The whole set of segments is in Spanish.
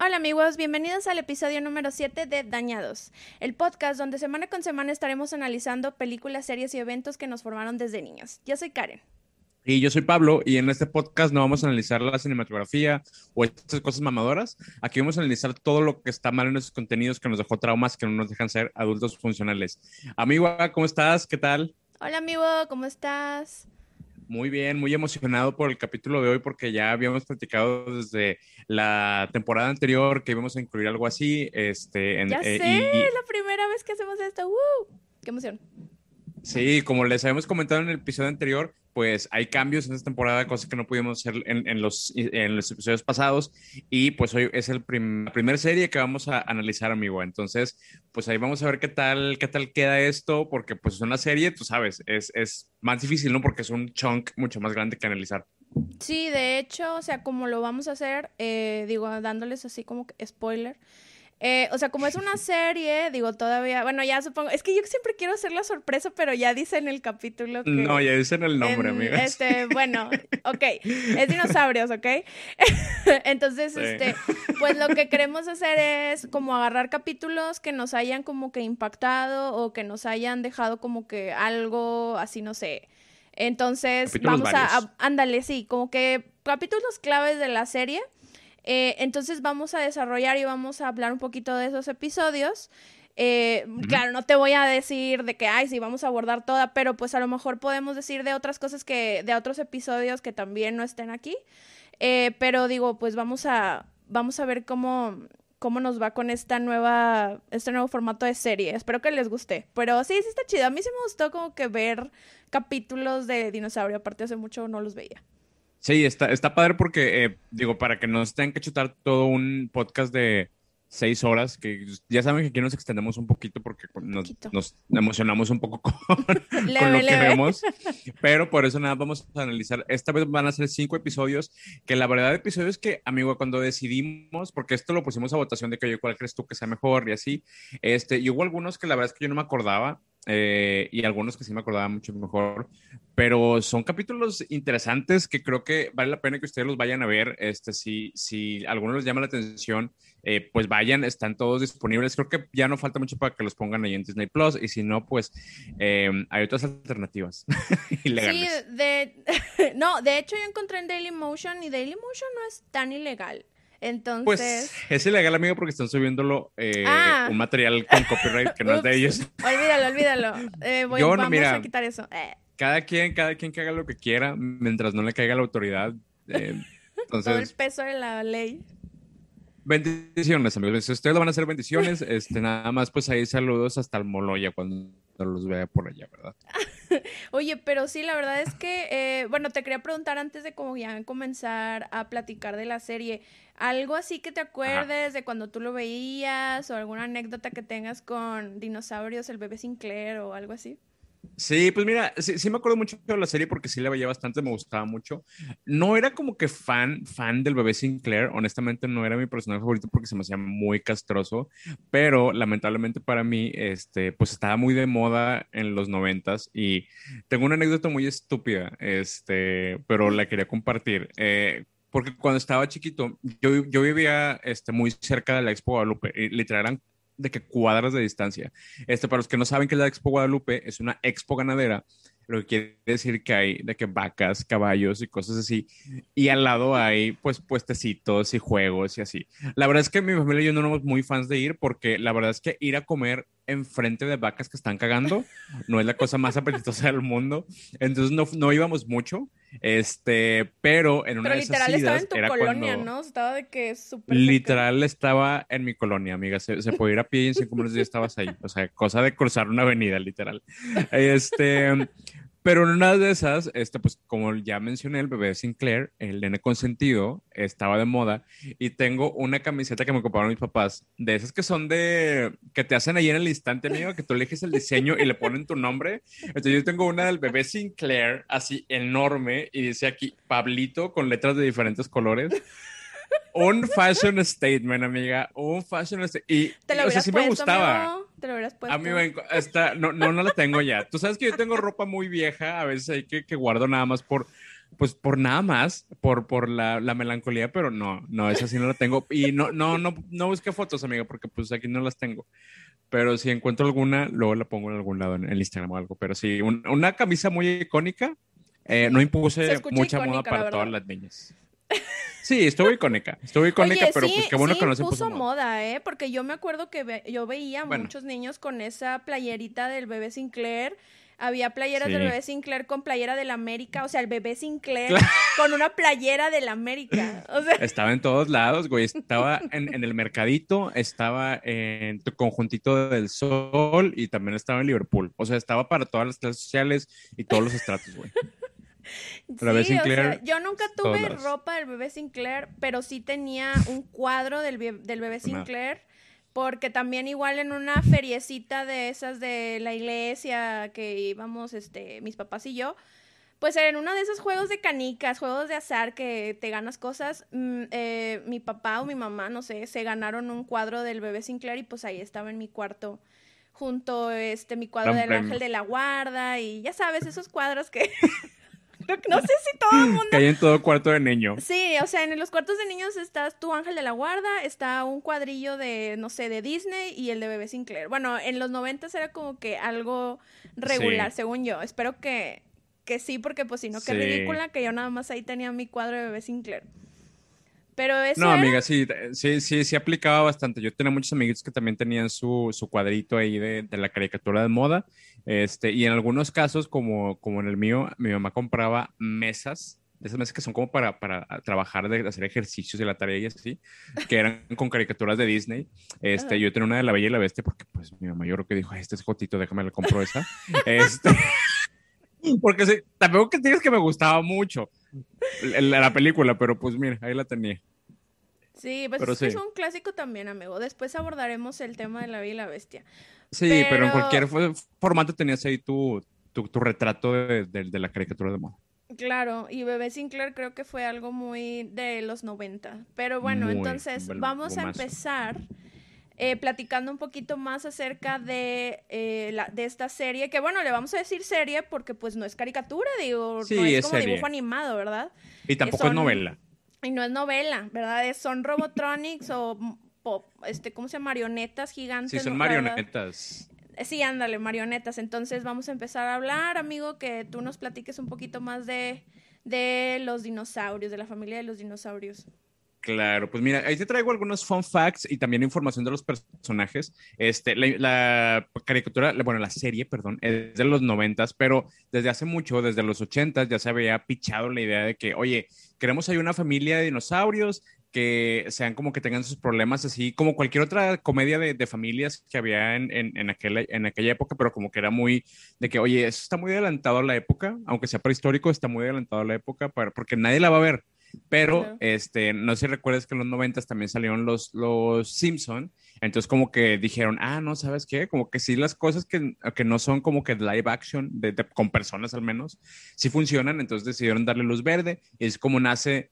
Hola amigos, bienvenidos al episodio número 7 de Dañados, el podcast donde semana con semana estaremos analizando películas, series y eventos que nos formaron desde niños. Yo soy Karen. Y yo soy Pablo, y en este podcast no vamos a analizar la cinematografía o estas cosas mamadoras. Aquí vamos a analizar todo lo que está mal en esos contenidos que nos dejó traumas, que no nos dejan ser adultos funcionales. Amigo, ¿cómo estás? ¿Qué tal? Hola amigo, ¿cómo estás? Muy bien, muy emocionado por el capítulo de hoy porque ya habíamos platicado desde la temporada anterior que íbamos a incluir algo así, Ya sé, es la primera vez que hacemos esto. ¡Woo! ¡Qué emoción! sí, como les habíamos comentado en el episodio anterior, pues hay cambios en esta temporada, cosas que no pudimos hacer en los episodios pasados. Y pues hoy es la primera serie que vamos a analizar, amigo. Entonces, pues ahí vamos a ver qué tal queda esto, porque pues es una serie, tú sabes, es más difícil, ¿no? Porque es un chunk mucho más grande que analizar. Sí, de hecho, o sea, como lo vamos a hacer, digo, dándoles así como que spoiler. O sea, como es una serie, digo, todavía, bueno, ya supongo, es que yo siempre quiero hacer la sorpresa, pero ya dice en el capítulo No, que, ya dicen el nombre, amigas. bueno, ok, es dinosaurios, ¿ok? Entonces, Sí. pues lo que queremos hacer es como agarrar capítulos que nos hayan como que impactado o que nos hayan dejado como que algo así, no sé. Entonces, Capítulos varios. ándale, sí, como que capítulos claves de la serie. Entonces vamos a desarrollar y vamos a hablar un poquito de esos episodios. Ujú. Claro, no te voy a decir de que, ay, sí, vamos a abordar toda, pero pues a lo mejor podemos decir de otras cosas de otros episodios que también no estén aquí. Pero digo, pues vamos a ver cómo nos va con este nuevo formato de serie. Espero que les guste. Pero sí, sí está chido. A mí sí me gustó como que ver capítulos de dinosaurio. Aparte hace mucho no los veía. Sí, está padre porque, digo, para que no se tengan que chutar todo un podcast de 6 horas, que ya saben que aquí nos extendemos un poquito porque Un nos, poquito. nos emocionamos un poco con Leve, lo que leve. vemos, pero por eso nada, vamos a analizar. Esta vez van a ser 5 episodios, que la verdad, episodios que, amigo, cuando decidimos, porque esto lo pusimos a votación de que yo cuál crees tú que sea mejor y así, y hubo algunos que la verdad es que yo no me acordaba. Y algunos que sí me acordaba mucho mejor, pero son capítulos interesantes que creo que vale la pena que ustedes los vayan a ver. Si alguno les llama la atención, pues vayan, están todos disponibles. Creo que ya no falta mucho para que los pongan ahí en Disney Plus, y si no, pues hay otras alternativas Sí, ilegales. no, de hecho yo encontré en Dailymotion y Dailymotion no es tan ilegal. Pues Entonces, es ilegal, amigo, porque están subiéndolo un ah, material con copyright que no es de ups, ellos. olvídalo, olvídalo. Yo no, Vamos a mira, quitar eso. cada quien que haga lo que quiera, mientras no le caiga la autoridad. eh, Todo el entonces, peso de la ley. bendiciones, amigos. Si ustedes lo van a hacer bendiciones, nada más, pues ahí saludos hasta el Moloya cuando los vea por allá, ¿verdad? Oye, pero sí, la verdad es que, bueno, te quería preguntar antes de como ya comenzar a platicar de la serie, algo así que te Ajá. acuerdes de cuando tú lo veías o alguna anécdota que tengas con dinosaurios, el bebé Sinclair o algo así. Sí, pues mira, sí me acuerdo mucho de la serie porque sí la veía bastante, me gustaba mucho. No era como que fan del bebé Sinclair, honestamente no era mi personaje favorito porque se me hacía muy castroso, pero lamentablemente para mí, pues estaba muy de moda en los 90s. Y tengo una anécdota muy estúpida, pero la quería compartir. Porque cuando estaba chiquito, yo vivía, muy cerca de la Expo Guadalupe, y literal eran de que cuadras de distancia. Para los que no saben que la Expo Guadalupe es una expo ganadera, lo que quiere decir que hay de que vacas, caballos y cosas así, y al lado hay pues puestecitos y juegos y así. La verdad es que mi familia y yo no somos muy fans de ir porque la verdad es que ir a comer enfrente de vacas que están cagando no es la cosa más apetitosa del mundo, entonces no íbamos mucho, pero en una Pero de esas literal estaba en idas tu era colonia, cuando ¿no? Estaba de que súper cerca. literal estaba en mi colonia, amiga. Se podía ir a pie y en 5 minutos ya estabas ahí. O sea, cosa de cruzar una avenida, literal. Pero en una de esas, pues como ya mencioné, el bebé Sinclair, el nene consentido, estaba de moda. Y tengo una camiseta que me compraron mis papás, de esas que son que te hacen ahí en el instante, amigo, que tú eliges el diseño y le ponen tu nombre. Entonces yo tengo una del bebé Sinclair, así enorme, y dice aquí Pablito con letras de diferentes colores. Un fashion statement, amiga. Un fashion statement. Te lo O sea, hubieras sí me puesto, gustaba. amigo. Te lo hubieras A mí puesto. no la tengo ya. Tú sabes que yo tengo ropa muy vieja, a veces hay que guardo nada más Pues por nada más, por la melancolía, pero no, esa sí no la tengo. Y no busqué fotos, amiga, porque pues aquí no las tengo. Pero si encuentro alguna, luego la pongo en algún lado en el Instagram o algo. Pero sí, una camisa muy icónica. No Sí, se impuse escucha mucha moda icónica, la para todas verdad. las niñas. Sí, estuvo icónica, Oye, pero sí, pues qué bueno sí que no se puso impuso moda. moda, ¿eh? Porque yo me acuerdo que yo veía Bueno, muchos niños con esa playerita del bebé Sinclair. Había playeras del sí. bebé Sinclair con playera del América. O sea, el bebé Sinclair con una playera del América. O sea, Estaba en todos lados, güey. Estaba en el Mercadito, estaba en tu conjuntito del Sol y también estaba en Liverpool. O sea, estaba para todas las clases sociales y todos los estratos, güey. La vez sí, o sea, Sinclair, yo nunca todos tuve lados. ropa del bebé Sinclair, pero sí tenía un cuadro del bebé Pues nada. Sinclair, porque también igual en una feriecita de esas de la iglesia que íbamos, mis papás y yo, pues en uno de esos juegos de canicas, juegos de azar que te ganas cosas, mi papá o mi mamá, no sé, se ganaron un cuadro del bebé Sinclair y pues ahí estaba en mi cuarto junto mi cuadro Gran del ángel premio. de la guarda y ya sabes, esos cuadros que no sé si todo el mundo. Que hay en todo cuarto de niño. Sí, o sea, en los cuartos de niños estás tu ángel de la guarda, está un cuadrillo de, no sé, de Disney y el de bebé Sinclair. Bueno, en los 90 era como que algo regular, Sí, según yo. Espero que sí, porque pues si no, qué sí. ridícula que yo nada más ahí tenía mi cuadro de bebé Sinclair. Pero eso No, era. amiga, sí, sí aplicaba bastante. Yo tenía muchos amiguitos que también tenían su cuadrito ahí de la caricatura de moda. Y en algunos casos, como en el mío, mi mamá compraba mesas, de esas mesas que son como para trabajar, de hacer ejercicios de la tarea y así, que eran con caricaturas de Disney. Ajá. Yo tenía una de La Bella y la Bestia porque, pues, mi mamá yo creo que dijo, "Ay, este es Jotito, déjame le compro esa." Este, porque sí, tampoco que digas que me gustaba mucho la película, pero pues mira, ahí la tenía. Sí, pues Pero es que es sí. un clásico también, amigo. Después abordaremos el tema de la Bella y la Bestia. Sí, pero en Pero cualquier formato tenías ahí tu retrato de la caricatura de moda. claro, y Bebé Sinclair creo que fue algo muy de los 90. Pero bueno, Muy, entonces el vamos a gomazo. empezar platicando un poquito más acerca de esta serie, que bueno, le vamos a decir serie porque pues no es caricatura, digo, no Sí, es es como dibujo serie. animado, ¿verdad? Y tampoco es Son, novela. y no es novela, ¿verdad? Son Robotronics o, ¿cómo se llama? Marionetas Sí, gigantes, son la verdad. marionetas. Sí, ándale, marionetas. Entonces vamos a empezar a hablar, amigo, que tú nos platiques un poquito más de los dinosaurios, de la familia de los dinosaurios. Claro, pues mira, ahí te traigo algunos fun facts y también información de los personajes. La caricatura, bueno, la serie, perdón, es de los 90, pero desde hace mucho, desde los 80 ya se había pichado la idea de que, oye, queremos ahí una familia de dinosaurios que sean como que tengan sus problemas, así como cualquier otra comedia de familias que había en aquella época, pero como que era muy de que, oye, eso está muy adelantado a la época, aunque sea prehistórico, está muy adelantado a la época porque nadie la va a ver. Pero, Claro. no sé si recuerdas que en los 90 también salieron los Simpson, entonces como que dijeron, no, ¿sabes qué? Como que sí las cosas que no son como que live action, con personas al menos, sí funcionan, entonces decidieron darle luz verde, y es como nace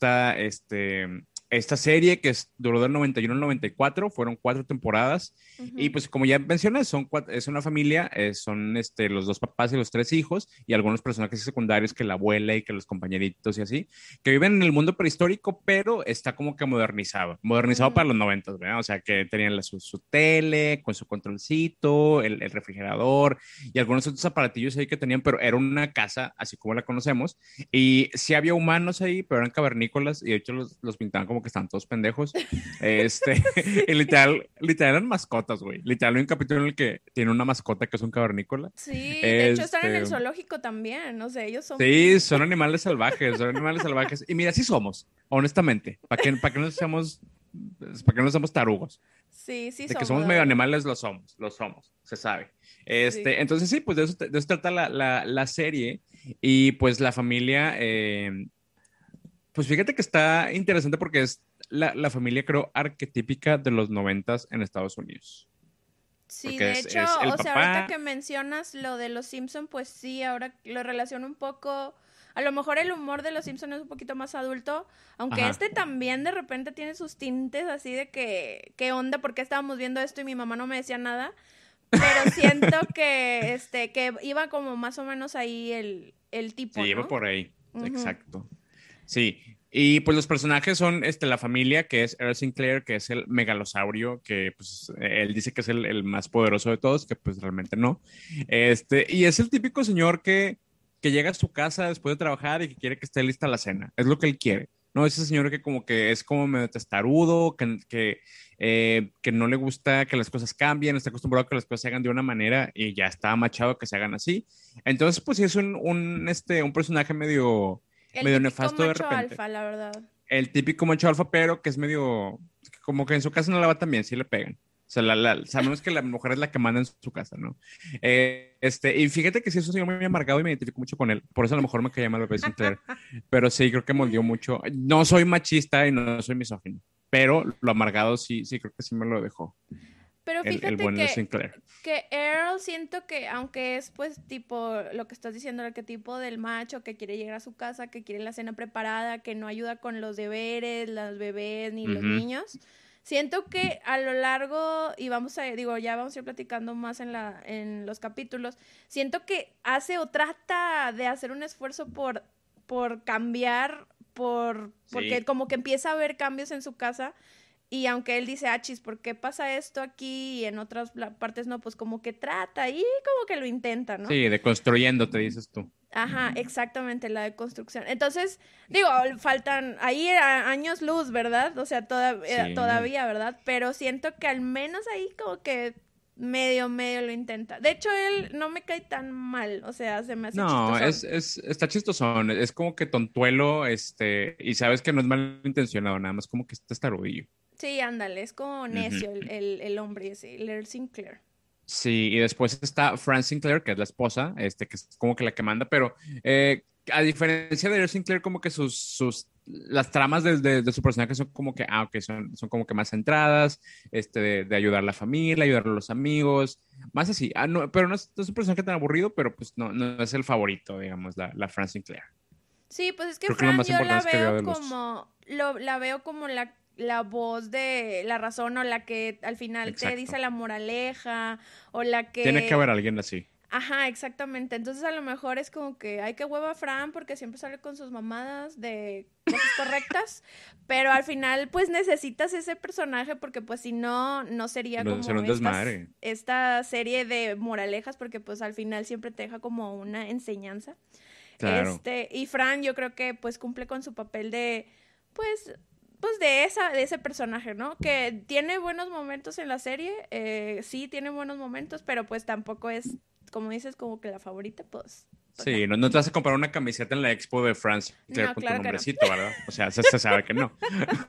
esta serie duró del 91 al 94, fueron 4 temporadas, y Ujú. pues como ya mencioné, es una familia, son los dos papás y los 3 hijos, y algunos personajes secundarios que la abuela y que los compañeritos y así, que viven en el mundo prehistórico, pero está como que modernizado para Ujú. los 90, ¿verdad? O sea, que tenían su tele con su controlcito, el refrigerador y algunos otros aparatillos ahí que tenían, pero era una casa así como la conocemos. Y sí había humanos ahí, pero eran cavernícolas y de hecho los pintaban como que estaban todos pendejos. Y literal eran mascotas, güey. Literal hay un capítulo en el que tiene una mascota que es un cavernícola. Sí, de hecho están en el Este, zoológico también, o sea, ellos Sí, son. son animales salvajes, son animales salvajes. Y mira, sí somos, honestamente. ¿Para qué no somos tarugos? Sí, sí De que somos, somos la medio verdad. animales, lo somos, se sabe. Sí. Entonces sí, pues de eso trata la serie. Y pues la familia, pues fíjate que está interesante porque es la familia, creo, arquetípica de los 90 en Estados Unidos. Sí, Porque de es, hecho, es el o sea, ahorita papá. que mencionas lo de los Simpson, pues sí, ahora lo relaciono un poco. A lo mejor el humor de los Simpson es un poquito más adulto, aunque Ajá. este también de repente tiene sus tintes así de que, ¿qué onda? ¿Por qué estábamos viendo esto y mi mamá no me decía nada? Pero siento que, que iba como más o menos ahí el Sí, tipo, iba ¿no? por ahí. exacto. Sí, y pues los personajes son la familia, que es Earl Sinclair, que es el megalosaurio, que pues él dice que es el más poderoso de todos, que pues realmente no. Y es el típico señor que llega a su casa después de trabajar y que quiere que esté lista la cena. Es lo que él quiere. No, ese señor que como que es como medio testarudo, que no le gusta que las cosas cambien, está acostumbrado a que las cosas se hagan de una manera y ya está machado que se hagan así. Entonces, pues sí es un personaje El medio típico nefasto de macho repente. alfa, la verdad. El típico macho alfa, pero que es medio, como que en su casa no la va tan bien, sí le pegan. O sea, sabemos que la mujer es la que manda en su casa, ¿no? Y fíjate que sí es un señor muy amargado y me identifico mucho con él. Por eso a lo mejor me caía mal Bebé Sinclair. Pero sí, creo que moldeó mucho. No soy machista y no soy misógino, pero lo amargado sí, sí, creo que sí me lo dejó. Pero El fíjate buen Sinclair. que Earl siento que, aunque es pues tipo lo que estás diciendo, el arquetipo del macho que quiere llegar a su casa, que quiere la cena preparada, que no ayuda con los deberes, las bebés ni los niños, siento que a lo largo, y ya vamos a ir platicando más en los capítulos, siento que hace o trata de hacer un esfuerzo por cambiar, porque como que empieza a haber cambios en su casa. Y aunque él dice, chis, ¿por qué pasa esto aquí y en otras partes no? Pues como que trata y como que lo intenta, ¿no? Sí, deconstruyendo, te dices tú. Ajá, exactamente, la deconstrucción. Entonces, faltan ahí años luz, ¿verdad? O sea, Sí. todavía, ¿verdad? Pero siento que al menos ahí como que medio lo intenta. De hecho, él no me cae tan mal, o sea, se me hace No, chistoso. está chistosón, es como que tontuelo, y sabes que no es malintencionado, nada más como que está tarudillo. Sí, ándale, es como Ujú. necio el hombre ese, Laird Sinclair. Sí, y después está Fran Sinclair, que es la esposa, que es como que la que manda, pero a diferencia de Earl Sinclair, como que las tramas de su personaje son como que, ok, son como que más centradas, de ayudar a la familia, ayudar a los amigos, más así. No, pero no es un personaje tan aburrido, pero pues no es el favorito, digamos, la Fran Sinclair. Sí, pues es que Creo que lo Fran más yo la importante es que veo veo de los... la veo como la voz de la razón o la que al final te dice Exacto. la moraleja o la Tiene que haber que... alguien así. Ajá, exactamente. Entonces a lo mejor es como que hay que hueva a Fran porque siempre sale con sus mamadas de cosas correctas, pero al final pues necesitas ese personaje porque pues si no, no sería No, será como un desmadre. esta serie de moralejas porque pues al final siempre te deja como una enseñanza. Claro. Y Fran yo creo que pues cumple con su papel de, pues, de ese personaje, ¿no? Que tiene buenos momentos en la serie, sí, tiene buenos momentos, pero pues tampoco es, como dices, como que la favorita, pues no. Sí, no te vas a comprar una camiseta en la expo de France Claire No, con tu claro que no. nombrecito, ¿verdad? O sea, se sabe que no.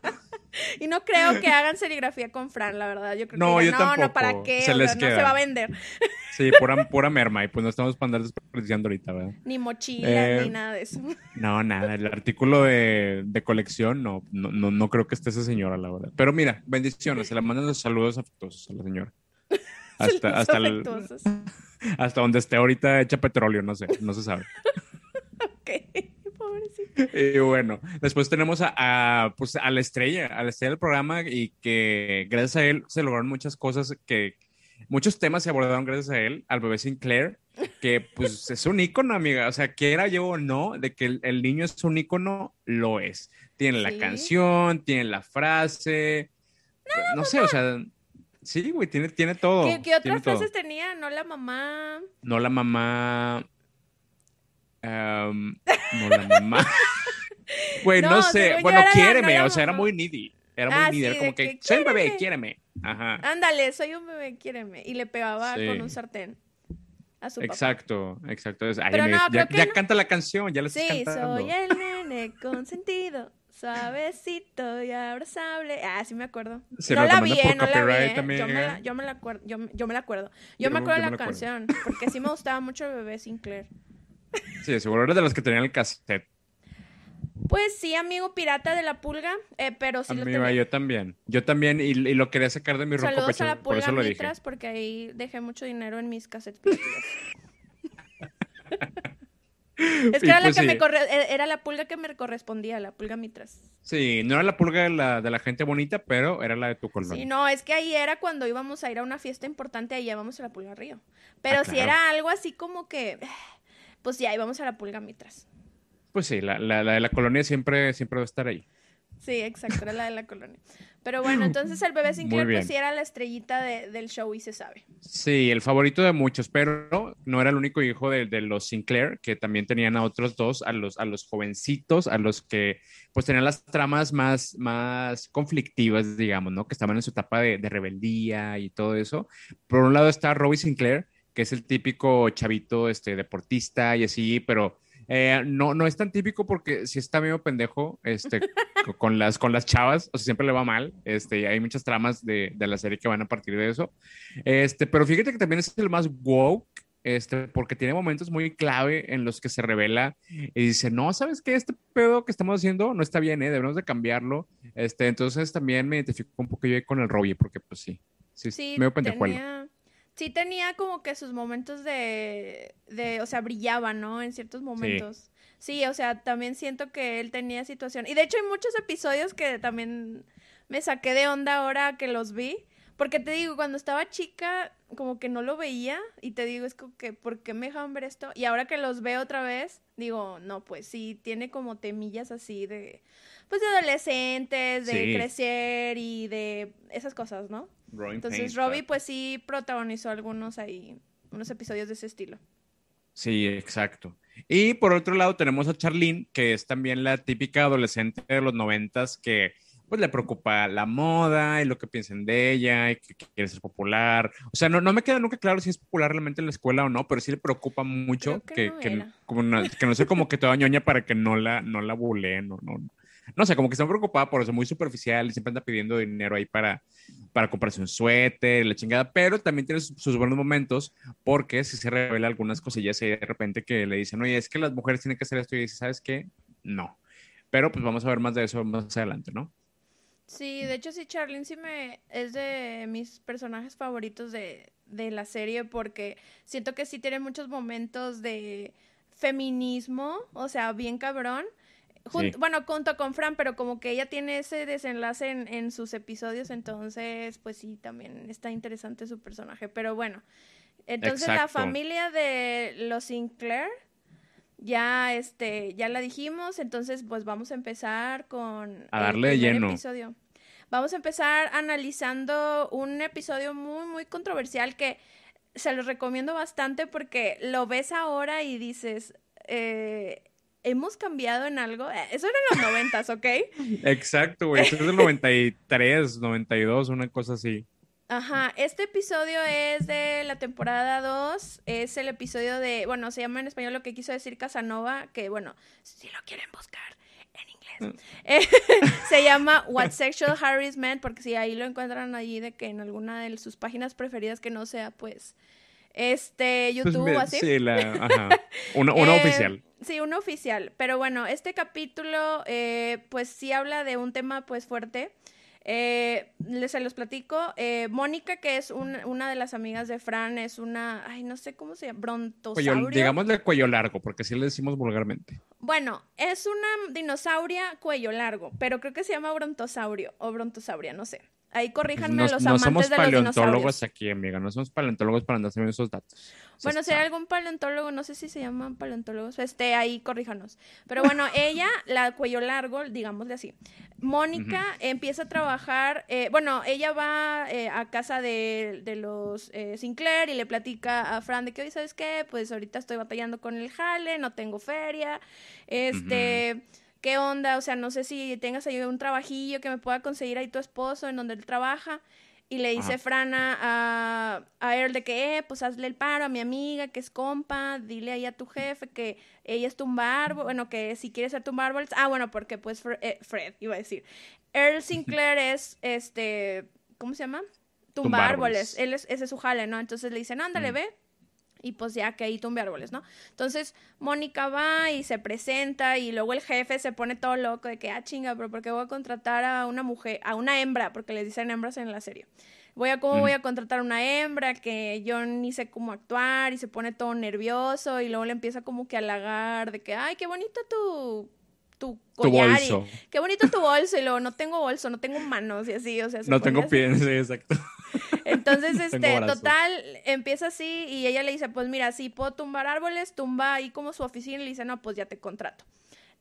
Y no creo que hagan serigrafía con Fran, la verdad. Yo creo que No, ya, yo no, ¿para tampoco. qué? Se O sea, les no se va a queda. vender. Sí, pura merma. Y pues no estamos para andar desperdiciando ahorita, ¿verdad? Ni mochilas, ni Eh, nada de eso. no, nada. El artículo de colección, no creo que esté esa señora, la verdad. Pero mira, bendiciones. Se le mandan los saludos afectuosos a la señora. Hasta, Los hasta, afectuosos. hasta donde esté ahorita hecha petróleo, no sé, no se sabe. Ok, pobrecito. Y bueno, después tenemos pues a la estrella del programa y que gracias a él se lograron muchas cosas muchos temas se abordaron gracias a él, al bebé Sinclair, que pues es un ícono, amiga, o sea, quiera yo o no, de que el niño es un ícono, lo es. Tiene la Sí. canción, tiene la frase, no sé, o sea, sí, güey, ¿Qué tiene otras frases todo. tenía? No la mamá. No la mamá, am, no la mamá. Güey, no No, sé. según yo Bueno, era no quiéreme. la O sea, era mamá. muy needy. Era muy Ah, needy. sí, Era como de que, que soy un bebé, quiéreme. quiéreme. Ajá. Ándale, soy un bebé, quiéreme. Y le pegaba con un Sí. sartén a su papá. Exacto, exacto. Ay, Pero no, ya, creo que ya no. canta la canción, ya la estás Sí, soy cantando. el nene consentido, suavecito y abrazable. Ah, sí me acuerdo. Se nos demanda por No la vi, copyright, amiga. Yo me la acuerdo, yo me la acuerdo. Yo me Yo, acuerdo yo de me la lo acuerdo. canción, porque sí me gustaba mucho el bebé Sinclair. Sí, seguro eres de los que tenían el cassette. Pues sí, amigo pirata de la pulga, pero sí lo Amiga, tenía. yo también. Yo también, y lo quería sacar de mi ronco Saludos a la pecho, por pulga eso lo dije. Mitras, porque ahí dejé mucho dinero en mis cassettes piratillas. Es que Y era pues sí, era la pulga que me correspondía, la pulga Mitras. sí, no era la pulga de la gente bonita, pero era la de tu Sí, colonia. no, es que ahí era cuando íbamos a ir a una fiesta importante, ahí íbamos a la Pulga Río. Ah, Pero si claro. era algo así como que, pues ya íbamos a la Pulga Mitras. Pues sí, la de la colonia siempre va a estar ahí. Sí, exacto, era la de la colonia. Pero bueno, entonces el bebé Muy Sinclair pues sí bien. era la estrellita del show y se sabe. Sí, el favorito de muchos, pero no era el único hijo de los Sinclair, que también tenían a otros dos, a los jovencitos, a los que pues tenían las tramas más conflictivas, digamos, ¿no? Que estaban en su etapa de rebeldía y todo eso. Por un lado está Robbie Sinclair, que es el típico chavito, deportista y así, pero no es tan típico porque sí está medio pendejo, con las chavas, o sea, siempre le va mal, hay muchas tramas de la serie que van a partir de eso. Pero fíjate que también es el más woke, porque tiene momentos muy clave en los que se revela y dice, no, ¿sabes qué? Este pedo que estamos haciendo no está bien, ¿eh? Debemos de cambiarlo. Entonces también me identifico un poco yo ahí con el Robbie, porque pues sí, es Sí, medio pendejuelo. sí tenía como que sus momentos o sea, brillaba, ¿no? En ciertos Sí, momentos. Sí, o sea, también siento que él tenía situación. Y de hecho hay muchos episodios que también me saqué de onda ahora que los vi. Porque te digo, cuando estaba chica, como que no lo veía. Y te digo, es como que, ¿por qué me dejaban ver esto? Y ahora que los veo otra vez, digo, no, pues sí, tiene como temillas así pues de adolescentes, de sí, crecer y de esas cosas, ¿no? Growing Entonces Pains, Robbie claro. pues sí protagonizó algunos ahí, unos episodios de ese estilo. Sí, exacto. Y por otro lado tenemos a Charlene, que es también la típica adolescente de los 90s que pues le preocupa la moda y lo que piensan de ella y que quiere ser popular. O sea, no me queda nunca claro si es popular realmente en la escuela o no, pero sí le preocupa Creo mucho que que, no que, era. como que no sea como que toda ñoña para que no la buleen, no sé, como que está preocupada por eso, muy superficial y siempre anda pidiendo dinero ahí para comprarse un suéter, la chingada, pero también tiene sus buenos momentos porque si se revela algunas cosillas y de repente que le dicen, oye, es que las mujeres tienen que hacer esto y dice, ¿sabes qué? No. Pero pues vamos a ver más de eso más adelante, ¿no? Sí, de hecho sí, Charlene es de mis personajes favoritos de la serie porque siento que sí tiene muchos momentos de feminismo, o sea, bien cabrón. Sí, Bueno, junto con Fran, pero como que ella tiene ese desenlace en sus episodios, entonces pues sí, también está interesante su personaje. Pero bueno, entonces la exacto. familia de los Sinclair ya, ya la dijimos, entonces pues vamos a empezar con A el darle de primer lleno. episodio. Vamos a empezar analizando un episodio muy, muy controversial que se los recomiendo bastante porque lo ves ahora y dices, ¿hemos cambiado en algo? Eso era en los 90s, ¿ok? Exacto, güey. Esto es del 93, 92, una cosa así. Ajá, este episodio es de la temporada 2, es el episodio bueno, se llama en español lo que quiso decir Casanova, que bueno, si lo quieren buscar en inglés, se llama What Sexual Harassment, porque si ahí lo encuentran allí de que en alguna de sus páginas preferidas que no sea, pues, Pues YouTube o así. sí, ajá. Una oficial. Sí, un oficial, pero bueno, este capítulo, pues sí habla de un tema, pues, fuerte. Se los platico. Mónica, que es una de las amigas de Fran, es ay, no sé cómo se llama, brontosaurio. Digamos de cuello largo, porque así le decimos vulgarmente. Bueno, es una dinosauria cuello largo, pero creo que se llama brontosaurio o brontosauria, no sé. Ahí Pues corríjanme no, a los no amantes somos de los paleontólogos dinosaurios. aquí, amiga. No somos paleontólogos para andar sabiendo esos datos. O sea, Bueno, se si hay sabe. algún paleontólogo, no sé si se llaman paleontólogos, ahí corríjanos. Pero bueno, ella, la cuello largo, digámosle así. Mónica Ujú. empieza a trabajar, bueno, ella va a casa de los Sinclair y le platica a Fran de que, oye, ¿sabes qué? Pues ahorita estoy batallando con el jale, no tengo feria, Ujú. ¿qué onda? O sea, no sé si tengas ahí un trabajillo que me pueda conseguir ahí tu esposo en donde él trabaja. Y le dice Ajá. Frana a Earl de que, pues hazle el paro a mi amiga que es compa, dile ahí a tu jefe que ella es tumba árbol, bueno, que si quiere ser tumba árboles, bueno, porque pues Fred, iba a decir. Earl Sinclair es, ¿cómo se llama? Tumba Tumba árboles, árboles. ese es su jale, ¿no? Entonces le dicen, ándale, Mm. ve, y pues ya que ahí tumbe árboles, ¿no? Entonces Mónica va y se presenta y luego el jefe se pone todo loco de que, chinga, pero ¿por qué voy a contratar a una mujer, a una hembra? Porque les dicen hembras en la serie. ¿Cómo voy Mm. a contratar a una hembra que yo ni sé cómo actuar y se pone todo nervioso y luego le empieza como que a halagar de que, ay, qué bonito tu Tu collar y bolso. qué bonito tu bolso y luego no tengo bolso, no tengo manos y así, o sea, se No pone tengo así. pies, sí, exacto. Entonces, No tengo brazos. total, empieza así y ella le dice, pues mira, si puedo tumbar árboles, tumba ahí como su oficina y le dice, no, pues ya te contrato.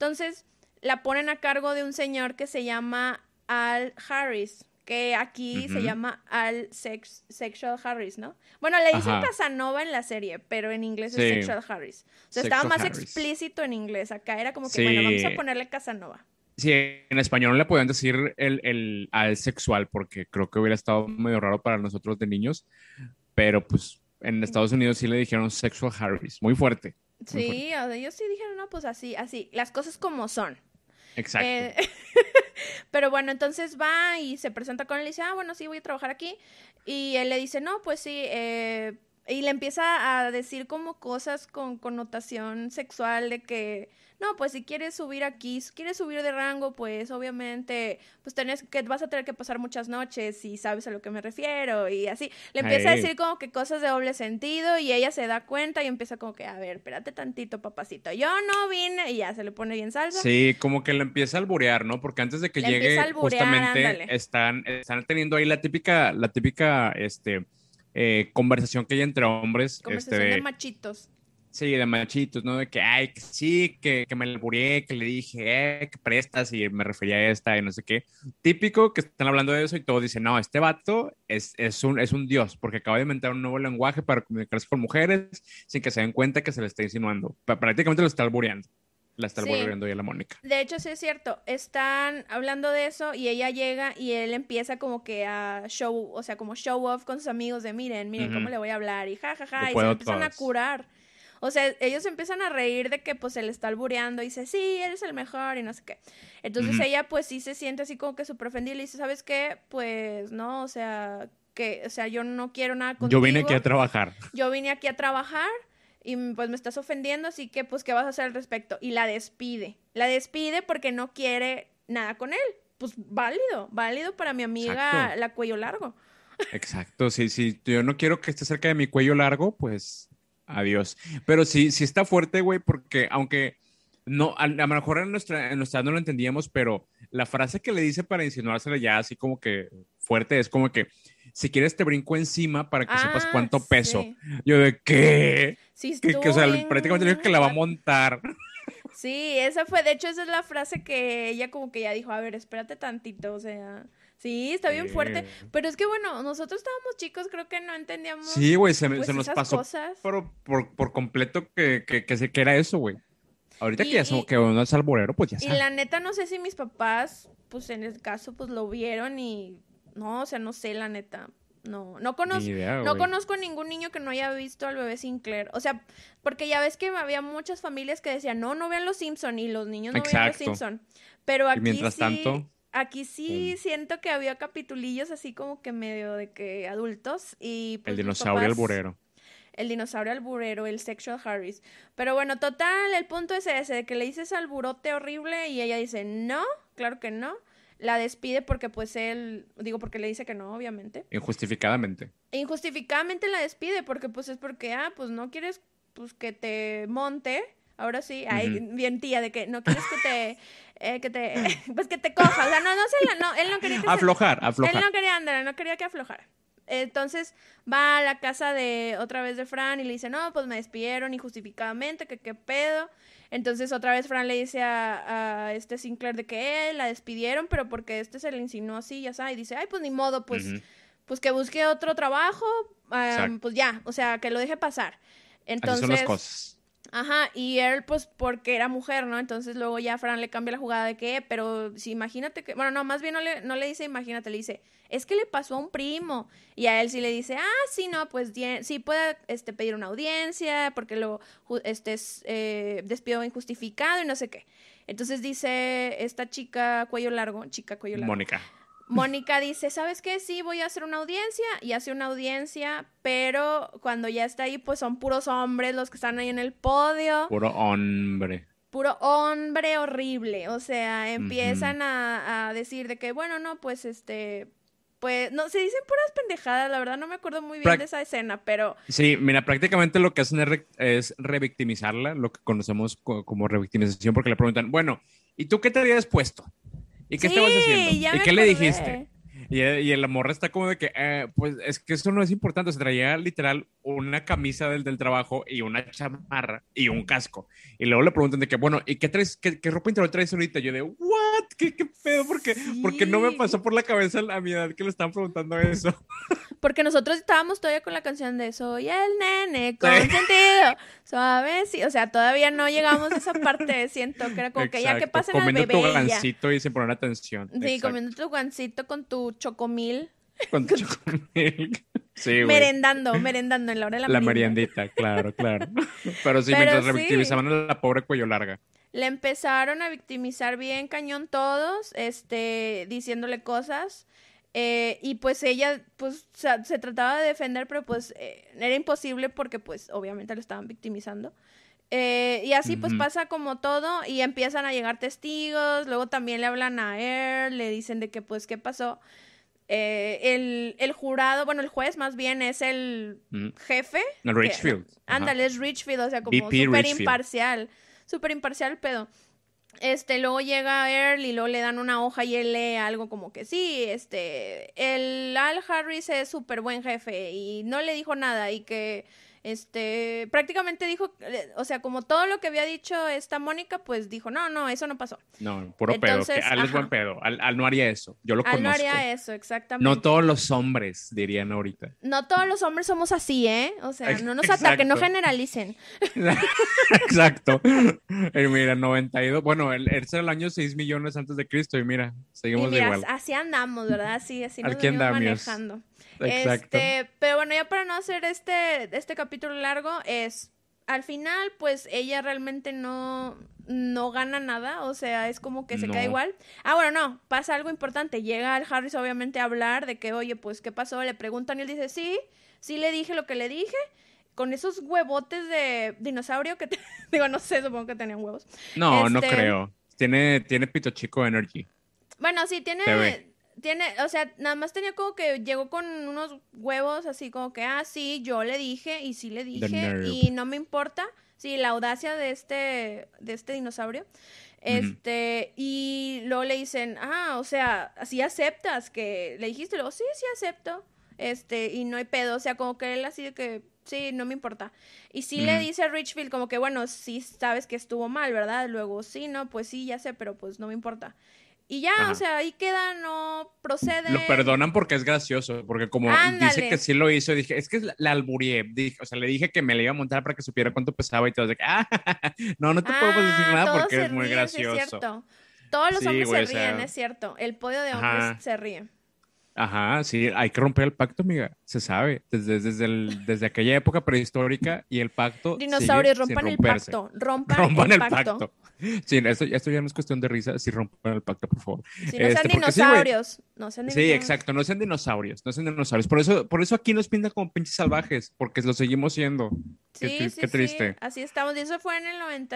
Entonces la ponen a cargo de un señor que se llama Al Harris, que aquí se llama Sexual Harris, ¿no? Bueno, le dicen Ajá. Casanova en la serie, pero en inglés es Sí, Sexual Harris. O sea, estaba Sexual más Harris. explícito en inglés. Acá era como que, bueno, vamos a Sí, ponerle Casanova. sí, en español no le podían decir el al sexual porque creo que hubiera estado medio raro para nosotros de niños, pero pues en Estados Unidos sí le dijeron Sexual Harris, muy fuerte, muy fuerte. Sí, o sea, ellos sí dijeron, no, pues así, así, las cosas como son. Exacto. Eh, pero bueno, entonces va y se presenta con él y dice, ah, bueno, sí, voy a trabajar aquí. Y él le dice, no, pues sí, y le empieza a decir como cosas con connotación sexual de que, no, pues si quieres subir aquí, si quieres subir de rango, pues obviamente, pues vas a tener que pasar muchas noches y sabes a lo que me refiero y así. Le empieza a Hey. decir como que cosas de doble sentido y ella se da cuenta y empieza como que, a ver, espérate tantito, papacito, yo no vine y ya se le pone bien salsa. Sí, como que lo empieza a alburear, ¿no? Porque antes de que Le empieza a llegue, alburear, justamente ándale. están teniendo ahí la típica conversación que hay entre hombres, Conversación de machitos. sí, de machitos, ¿no? De que, ay, que sí, que me albureé, que le dije, que prestas, y me refería a esta, y no sé qué. Típico que están hablando de eso y todos dicen, no, este vato es un dios, porque acaba de inventar un nuevo lenguaje para comunicarse con mujeres sin que se den cuenta que se le está insinuando. Prácticamente lo está albureando. La está Sí, albureando ya la Mónica. de hecho sí es cierto. Están hablando de eso y ella llega y él empieza como que a show, o sea, como show off con sus amigos de miren, miren cómo Ujú. le voy a hablar y ja, ja, Yo ja, y se lo puedo empiezan a todas. curar. O sea, ellos empiezan a reír de que pues se le está albureando y dice, sí, eres el mejor y no sé qué. Entonces Ujú. ella pues sí se siente así como que súper ofendida y le dice, ¿sabes qué? Pues no, o sea, yo no quiero nada Yo vine aquí a contigo. trabajar. Yo vine aquí a trabajar y pues me estás ofendiendo, así que pues ¿qué vas a hacer al respecto? Y la despide. La despide porque no quiere nada con él. Pues válido, válido para mi amiga Exacto, la cuello largo. exacto. Sí, yo no quiero que esté cerca de mi cuello largo, pues adiós. Pero sí, sí está fuerte, güey, porque aunque no, a lo mejor en nuestra edad no lo entendíamos, pero la frase que le dice para insinuársela ya así como que fuerte es como que si quieres te brinco encima para que sepas Ah, cuánto peso. sí. Yo de qué, Sí, o estuvo sea, prácticamente le dijo bien que la va a fuerte. montar. Sí, esa fue, de hecho, esa es la frase que ella como que ya dijo, a ver, espérate tantito, o sea, sí, está bien fuerte, pero es que bueno, nosotros estábamos chicos, creo que no Sí, entendíamos güey, se pues nos esas pasó cosas. por completo que era eso, güey. Ahorita que ya somos, Y, que uno es alborero, pues ya Y sabe. la neta no sé si mis papás, pues en el caso, pues lo vieron y no, o sea, no sé, la neta. No, Ni idea, no güey. conozco ningún niño que no haya visto al bebé Sinclair. O sea, porque ya ves que había muchas familias que decían, no, no vean los Simpson y los niños no veían los Exacto. Simpson. Pero Y mientras tanto, aquí sí pum, siento que había capitulillos así como que medio de que adultos y el pues mis dinosaurio papás alborero. el dinosaurio alburero, el sexual Harris. Pero bueno, total, el punto es ese, de que le dices alburote horrible y ella dice, no, claro que no. La despide porque pues él, digo porque le dice que no, obviamente. Injustificadamente. E injustificadamente la despide porque pues es porque, pues no quieres pues que te monte. Ahora sí, ay, Ujú. bien tía, de que no quieres que te, pues que te coja. O sea, no, no, él no quería que se, Aflojar, él aflojar. no quería andar, él no quería que aflojara. Entonces va a la casa de otra vez de Fran y le dice, no, pues me despidieron injustificadamente, que qué pedo. Entonces otra vez Fran le dice a este Sinclair de que él la despidieron, pero porque este se le insinuó así, ya sabes, y dice, ay, pues ni modo, Ujú. pues que busque otro trabajo, Exacto. pues ya, o sea, que lo deje pasar. Así son las Entonces, cosas. ajá, y él pues porque era mujer, ¿no? Entonces luego ya Fran le cambia la jugada de que, pero si imagínate que, bueno, no, más bien no le dice imagínate, le dice, es que le pasó a un primo. Y a él sí le dice, sí, no, pues sí puede pedir una audiencia porque es despido injustificado y no sé qué. Entonces dice esta chica cuello largo, Mónica. Mónica dice, ¿sabes qué? Sí, voy a hacer una audiencia y hace una audiencia, pero cuando ya está ahí, pues son puros hombres los que están ahí en el podio, Puro hombre. puro hombre horrible, o sea, Ujú. empiezan a decir de que, bueno, no, pues pues, no, se dicen puras pendejadas, la verdad no me acuerdo muy bien de Prac- esa escena, pero Sí, mira, prácticamente lo que hacen es revictimizarla, lo que conocemos como revictimización, porque le preguntan, bueno, ¿y tú qué te habías puesto? ¿Y qué estabas haciendo? sí, ya ¿Y me qué le dijiste? acordé. Y el morra está como de que, pues es que eso no es importante. Se traía literal una camisa del trabajo y una chamarra y un casco. Y luego le preguntan de que, bueno, ¿y qué traes? ¿Qué ropa interior traes ahorita? Yo de, ¿what? ¿Qué pedo? Porque no me Sí. pasó por la cabeza a mi edad que le estaban preguntando eso. Porque nosotros estábamos todavía con la canción de Soy el nene Sí. consentido, suave, sí. O sea, todavía no llegamos a esa parte, siento que era como que ya que Exacto. pasen al Comiendo tu bebé y ya. gansito y sin poner atención. Sí, Exacto. comiendo tu gancito con tu chocomil, Con tu chocomilk. Sí, güey. merendando en la hora de la La merienda. meriendita, claro, claro. Pero sí, Pero mientras sí, revictimizaban a la pobre cuello larga. le empezaron a victimizar bien cañón todos, diciéndole cosas. Y pues ella, pues, se trataba de defender, pero pues era imposible porque pues obviamente lo estaban victimizando. Y así pues Ujú. pasa como todo y empiezan a llegar testigos, luego también le hablan a Earl, le dicen de que pues qué pasó. El jurado, bueno, el juez más bien es el Mm. jefe, No, que, Richfield. Ajá. ándale, es Richfield, o sea, como VP Richfield. súper imparcial el pedo. Luego llega Earl y luego le dan una hoja y él lee algo como que sí, el Al Harris es súper buen jefe y no le dijo nada y que, prácticamente dijo, o sea, como todo lo que había dicho esta Mónica, pues dijo, no, eso no pasó. No, puro pedo. Que Entonces, Al es buen ajá, pedo. Al no haría eso. Yo lo Al no conozco. haría eso, No exactamente. todos los hombres, dirían ahorita. No todos los hombres somos así, ¿eh? O sea, no nos ataquen, no Exacto. generalicen. Exacto. Y mira, 92. Bueno, es el año 6 millones antes de Cristo. Y mira, Y seguimos mira, igual. así andamos, ¿verdad? Así nos Aquí venimos andamios. manejando. Exacto. Pero bueno, ya para no hacer este capítulo largo, al final, pues ella realmente no gana nada, o sea, es como que se queda No. igual. Ah, bueno, no, pasa algo importante. Llega el Harris obviamente a hablar de que, oye, pues, ¿qué pasó? Le preguntan y él dice, sí le dije lo que le dije. Con esos huevotes de dinosaurio que, digo, no sé, supongo que tenían huevos. No, no Este, creo. Tiene pito chico energy. Bueno, sí, Se ve. o sea, nada más tenía como que llegó con unos huevos así como que, sí, yo le dije y sí le The dije nerve. y no me importa, sí, la audacia de este dinosaurio. Ujú. Y luego le dicen, o sea, así aceptas que le dijiste, luego, sí, acepto, y no hay pedo, o sea, como que él así de que, sí, no me importa. Y sí le Ujú. dice a Richfield como que, bueno, sí sabes que estuvo mal, ¿verdad? Luego, sí, no, pues sí, ya sé, pero pues no me importa. Y ya, o Ajá. sea, ahí queda, no Lo procede. perdonan porque es gracioso, porque como dice Ándale. que sí lo hizo, dije, es que la alburié, dije, o sea, le dije que me le iba a montar para que supiera cuánto pesaba y todo, de que, no, no te podemos decir nada Todos porque se eres muy ríen, sí es gracioso. cierto. Todos los Sí, hombres se güey, o ríen, sea, es cierto. El podio de hombres ajá, se ríe. ajá, sí, hay que romper el pacto, amiga, se sabe, desde aquella época prehistórica y el pacto sigue Dinosaurios, sin rompan el romperse. pacto. Rompan el Rompan el pacto. pacto. Sí, esto ya no es cuestión de risa, sí rompan el pacto, por favor. Si no sean Porque sí, güey. dinosaurios. No sean Sí, dinosaurios. exacto, no sean dinosaurios, no sean dinosaurios. Por eso aquí nos pintan como pinches salvajes, porque lo seguimos siendo. Qué, Sí, qué, sí, qué sí. triste. Así estamos. Y eso fue en el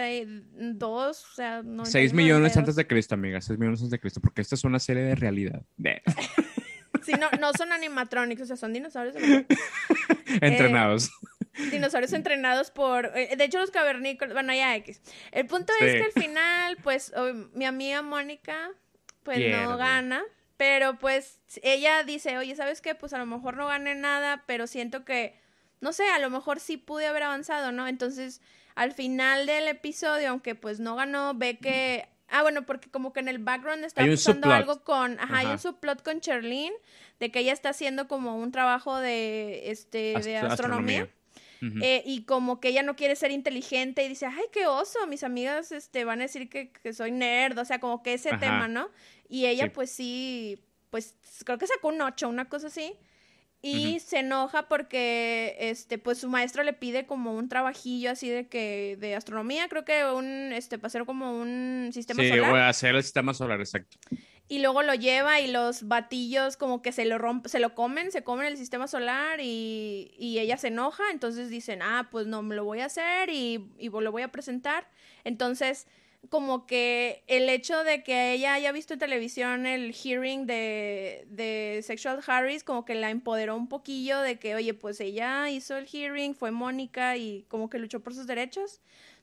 92, o sea, 6 91, millones antes 92. de Cristo, amiga, 6 millones antes de Cristo, porque esta es una serie de realidad. Sí, no son animatronics, o sea, son dinosaurios de verdad. Eh, Entrenados. Dinosaurios entrenados por... de hecho, los cavernícolas... Bueno, ya X. El punto es que Sí, al final, pues, mi amiga Mónica, pues, no pierde. gana. Pero, pues, ella dice, oye, ¿sabes qué? Pues, a lo mejor no gané nada, pero siento que... No sé, a lo mejor sí pude haber avanzado, ¿no? Entonces, al final del episodio, aunque, pues, no ganó, ve que... bueno, porque como que en el background Hay estaba un pasando subplot. algo con... Ajá, hay un Ajá. subplot con Charlene, de que ella está haciendo como un trabajo de astronomía. Astronomía. Ujú. Y como que ella no quiere ser inteligente y dice, ay, qué oso, mis amigas van a decir que soy nerd, o sea, como que ese tema, Ajá. ¿no? Y ella Sí. pues sí, pues creo que sacó un 8 una cosa así, Ujú. y se enoja porque, pues su maestro le pide como un trabajillo así de astronomía, creo que para hacer como un sistema Sí, solar. voy a hacer el sistema solar, exacto. Y luego lo lleva y los batillos como que se comen el sistema solar y ella se enoja, entonces dicen, pues no, me lo voy a hacer y lo voy a presentar. Entonces, como que el hecho de que ella haya visto en televisión el hearing de Sexual Harris, como que la empoderó un poquillo de que, oye, pues ella hizo el hearing, fue Mónica y como que luchó por sus derechos.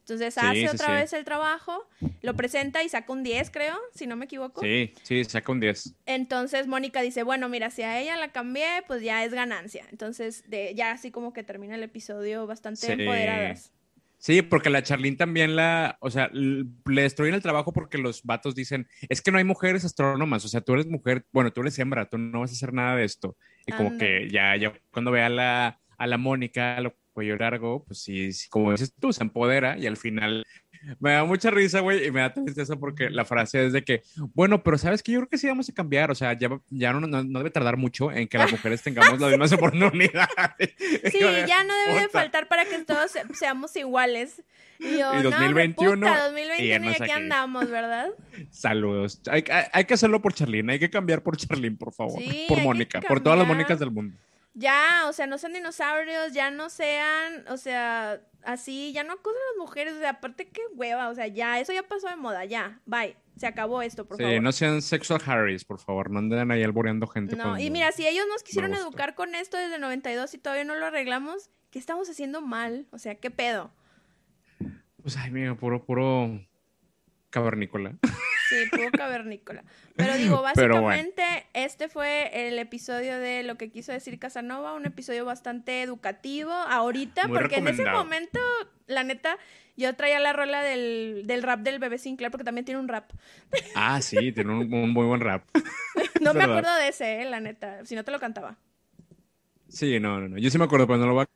Entonces Sí, hace sí, otra sí. vez el trabajo, lo presenta y saca un 10, creo, si no me equivoco. Sí, sí, saca un 10. Entonces Mónica dice, bueno, mira, si a ella la cambié, pues ya es ganancia. Entonces, ya así como que termina el episodio bastante Sí. empoderadas. Sí, porque la Charlene también o sea, le destruyen el trabajo porque los vatos dicen, es que no hay mujeres astrónomas, o sea, tú eres mujer, bueno, tú eres hembra, tú no vas a hacer nada de esto. Y como Ándale. que ya cuando ve a la Mónica, a lo cuello largo, pues sí, sí, como dices tú, se empodera y al final me da mucha risa, güey, y me da tristeza porque la frase es de que, bueno, pero sabes que yo creo que sí vamos a cambiar, o sea, ya no debe tardar mucho en que las mujeres tengamos las mismas oportunidades. Y yo Sí, de, ya no debe de puta. faltar para que todos seamos iguales. Y yo, Y no, hombre, 2021 puta, y ya 2021 no y es aquí aquí. andamos, ¿verdad? Saludos. Hay que hacerlo por Charlene, hay que cambiar por Charlene, por favor. Sí, Por hay que Mónica, por todas las Mónicas cambiar. del mundo. Ya, o sea, no sean dinosaurios, ya no sean, o sea, así, ya no acosen a las mujeres, o sea, aparte qué hueva, o sea, ya, eso ya pasó de moda, ya, bye, se acabó esto, por Sí, favor. no sean sexual Harrys, por favor. No anden ahí alboreando gente No, y cuando mira, si ellos nos no a quisieron gusto. educar con esto desde el 92 y todavía no lo arreglamos, ¿qué estamos haciendo mal? O sea, ¿qué pedo? Pues, ay, mira, puro cavernícola. Sí, puro cavernícola. Pero digo, Pero bueno, básicamente este fue el episodio de lo que quiso decir Casanova, un episodio bastante educativo ahorita, muy porque en ese recomendado. momento, la neta, yo traía la rola del rap del bebé Sinclair, porque también tiene un rap. Ah, sí, tiene un muy buen rap. Es No me verdad. acuerdo de ese, la neta, si no te lo cantaba. Sí, no. Yo sí me acuerdo, pero no lo voy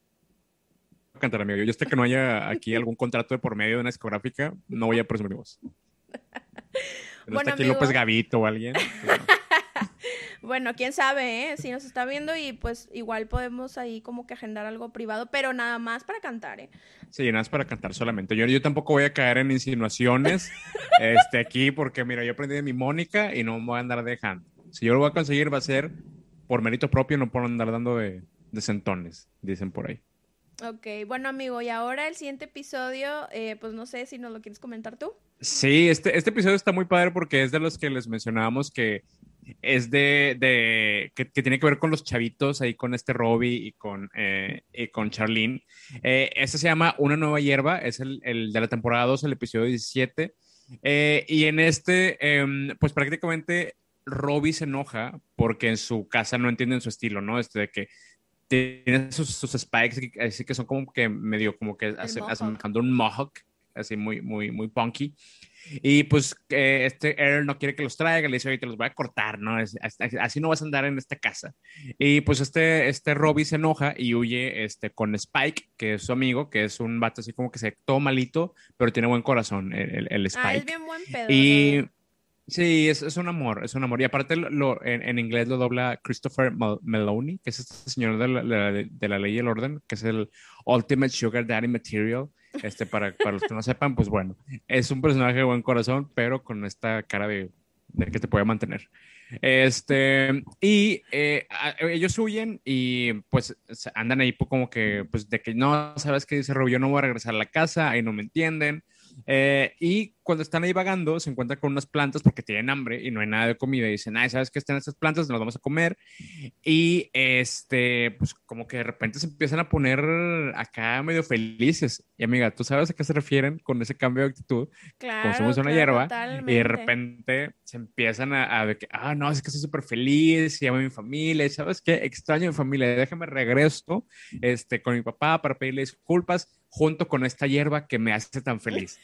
a cantar, amigo. Yo hasta que no haya aquí algún contrato de por medio de una discográfica, no voy a presumir mi voz. No está Bueno, aquí López amigo, Gavito o alguien, pues no. bueno, quién sabe, ¿eh? Si nos está viendo y pues igual podemos ahí como que agendar algo privado, pero nada más para cantar, ¿eh? Sí, nada más para cantar solamente. Yo tampoco voy a caer en insinuaciones aquí porque, mira, yo aprendí de mi Mónica y no me voy a andar dejando. Si yo lo voy a conseguir va a ser por mérito propio, no por andar dando de centones, dicen por ahí. Ok, bueno amigo, y ahora el siguiente episodio, pues no sé si nos lo quieres comentar tú. Sí, este episodio está muy padre porque es de los que les mencionábamos que es que tiene que ver con los chavitos ahí con este Robbie y con Charlene. Este se llama Una Nueva Hierba, es el de la temporada 2, el episodio 17. Y en pues prácticamente Robbie se enoja porque en su casa no entienden su estilo, ¿no? De que tiene sus spikes, así que son como que medio como que El Mohawk. asemejando un mohawk, así muy punky. Y pues Earl no quiere que los traiga, le dice, oye, te los voy a cortar, ¿no? Así no vas a andar en esta casa. Y pues este Robbie se enoja y huye con Spike, que es su amigo, que es un vato así como que se todo malito, pero tiene buen corazón, el Ah, es Spike. bien buen pedo, la Y verdad. sí, es un amor, es un amor. Y aparte en inglés lo dobla Christopher Meloni, que es este señor de la ley y el orden, que es el Ultimate Sugar Daddy Material. Para los que no sepan, pues bueno, es un personaje de buen corazón, pero con esta cara de que te puede mantener. Ellos huyen y pues andan ahí como que, pues de que no, sabes que dice Rob, yo no voy a regresar a la casa, ahí no me entienden. Y cuando están ahí vagando, se encuentran con unas plantas porque tienen hambre y no hay nada de comida. Y dicen, ay, ¿sabes qué están estas plantas? Nos las vamos a comer. Y pues como que de repente se empiezan a poner acá medio felices. Y amiga, ¿tú sabes a qué se refieren con ese cambio de actitud? Claro, Consumes una claro, hierba y de totalmente. repente se empiezan a de que, no, es que estoy súper feliz, y amo a mi familia, y ¿sabes qué? Extraño a mi familia, déjame regreso con mi papá para pedirle disculpas junto con esta hierba que me hace tan feliz.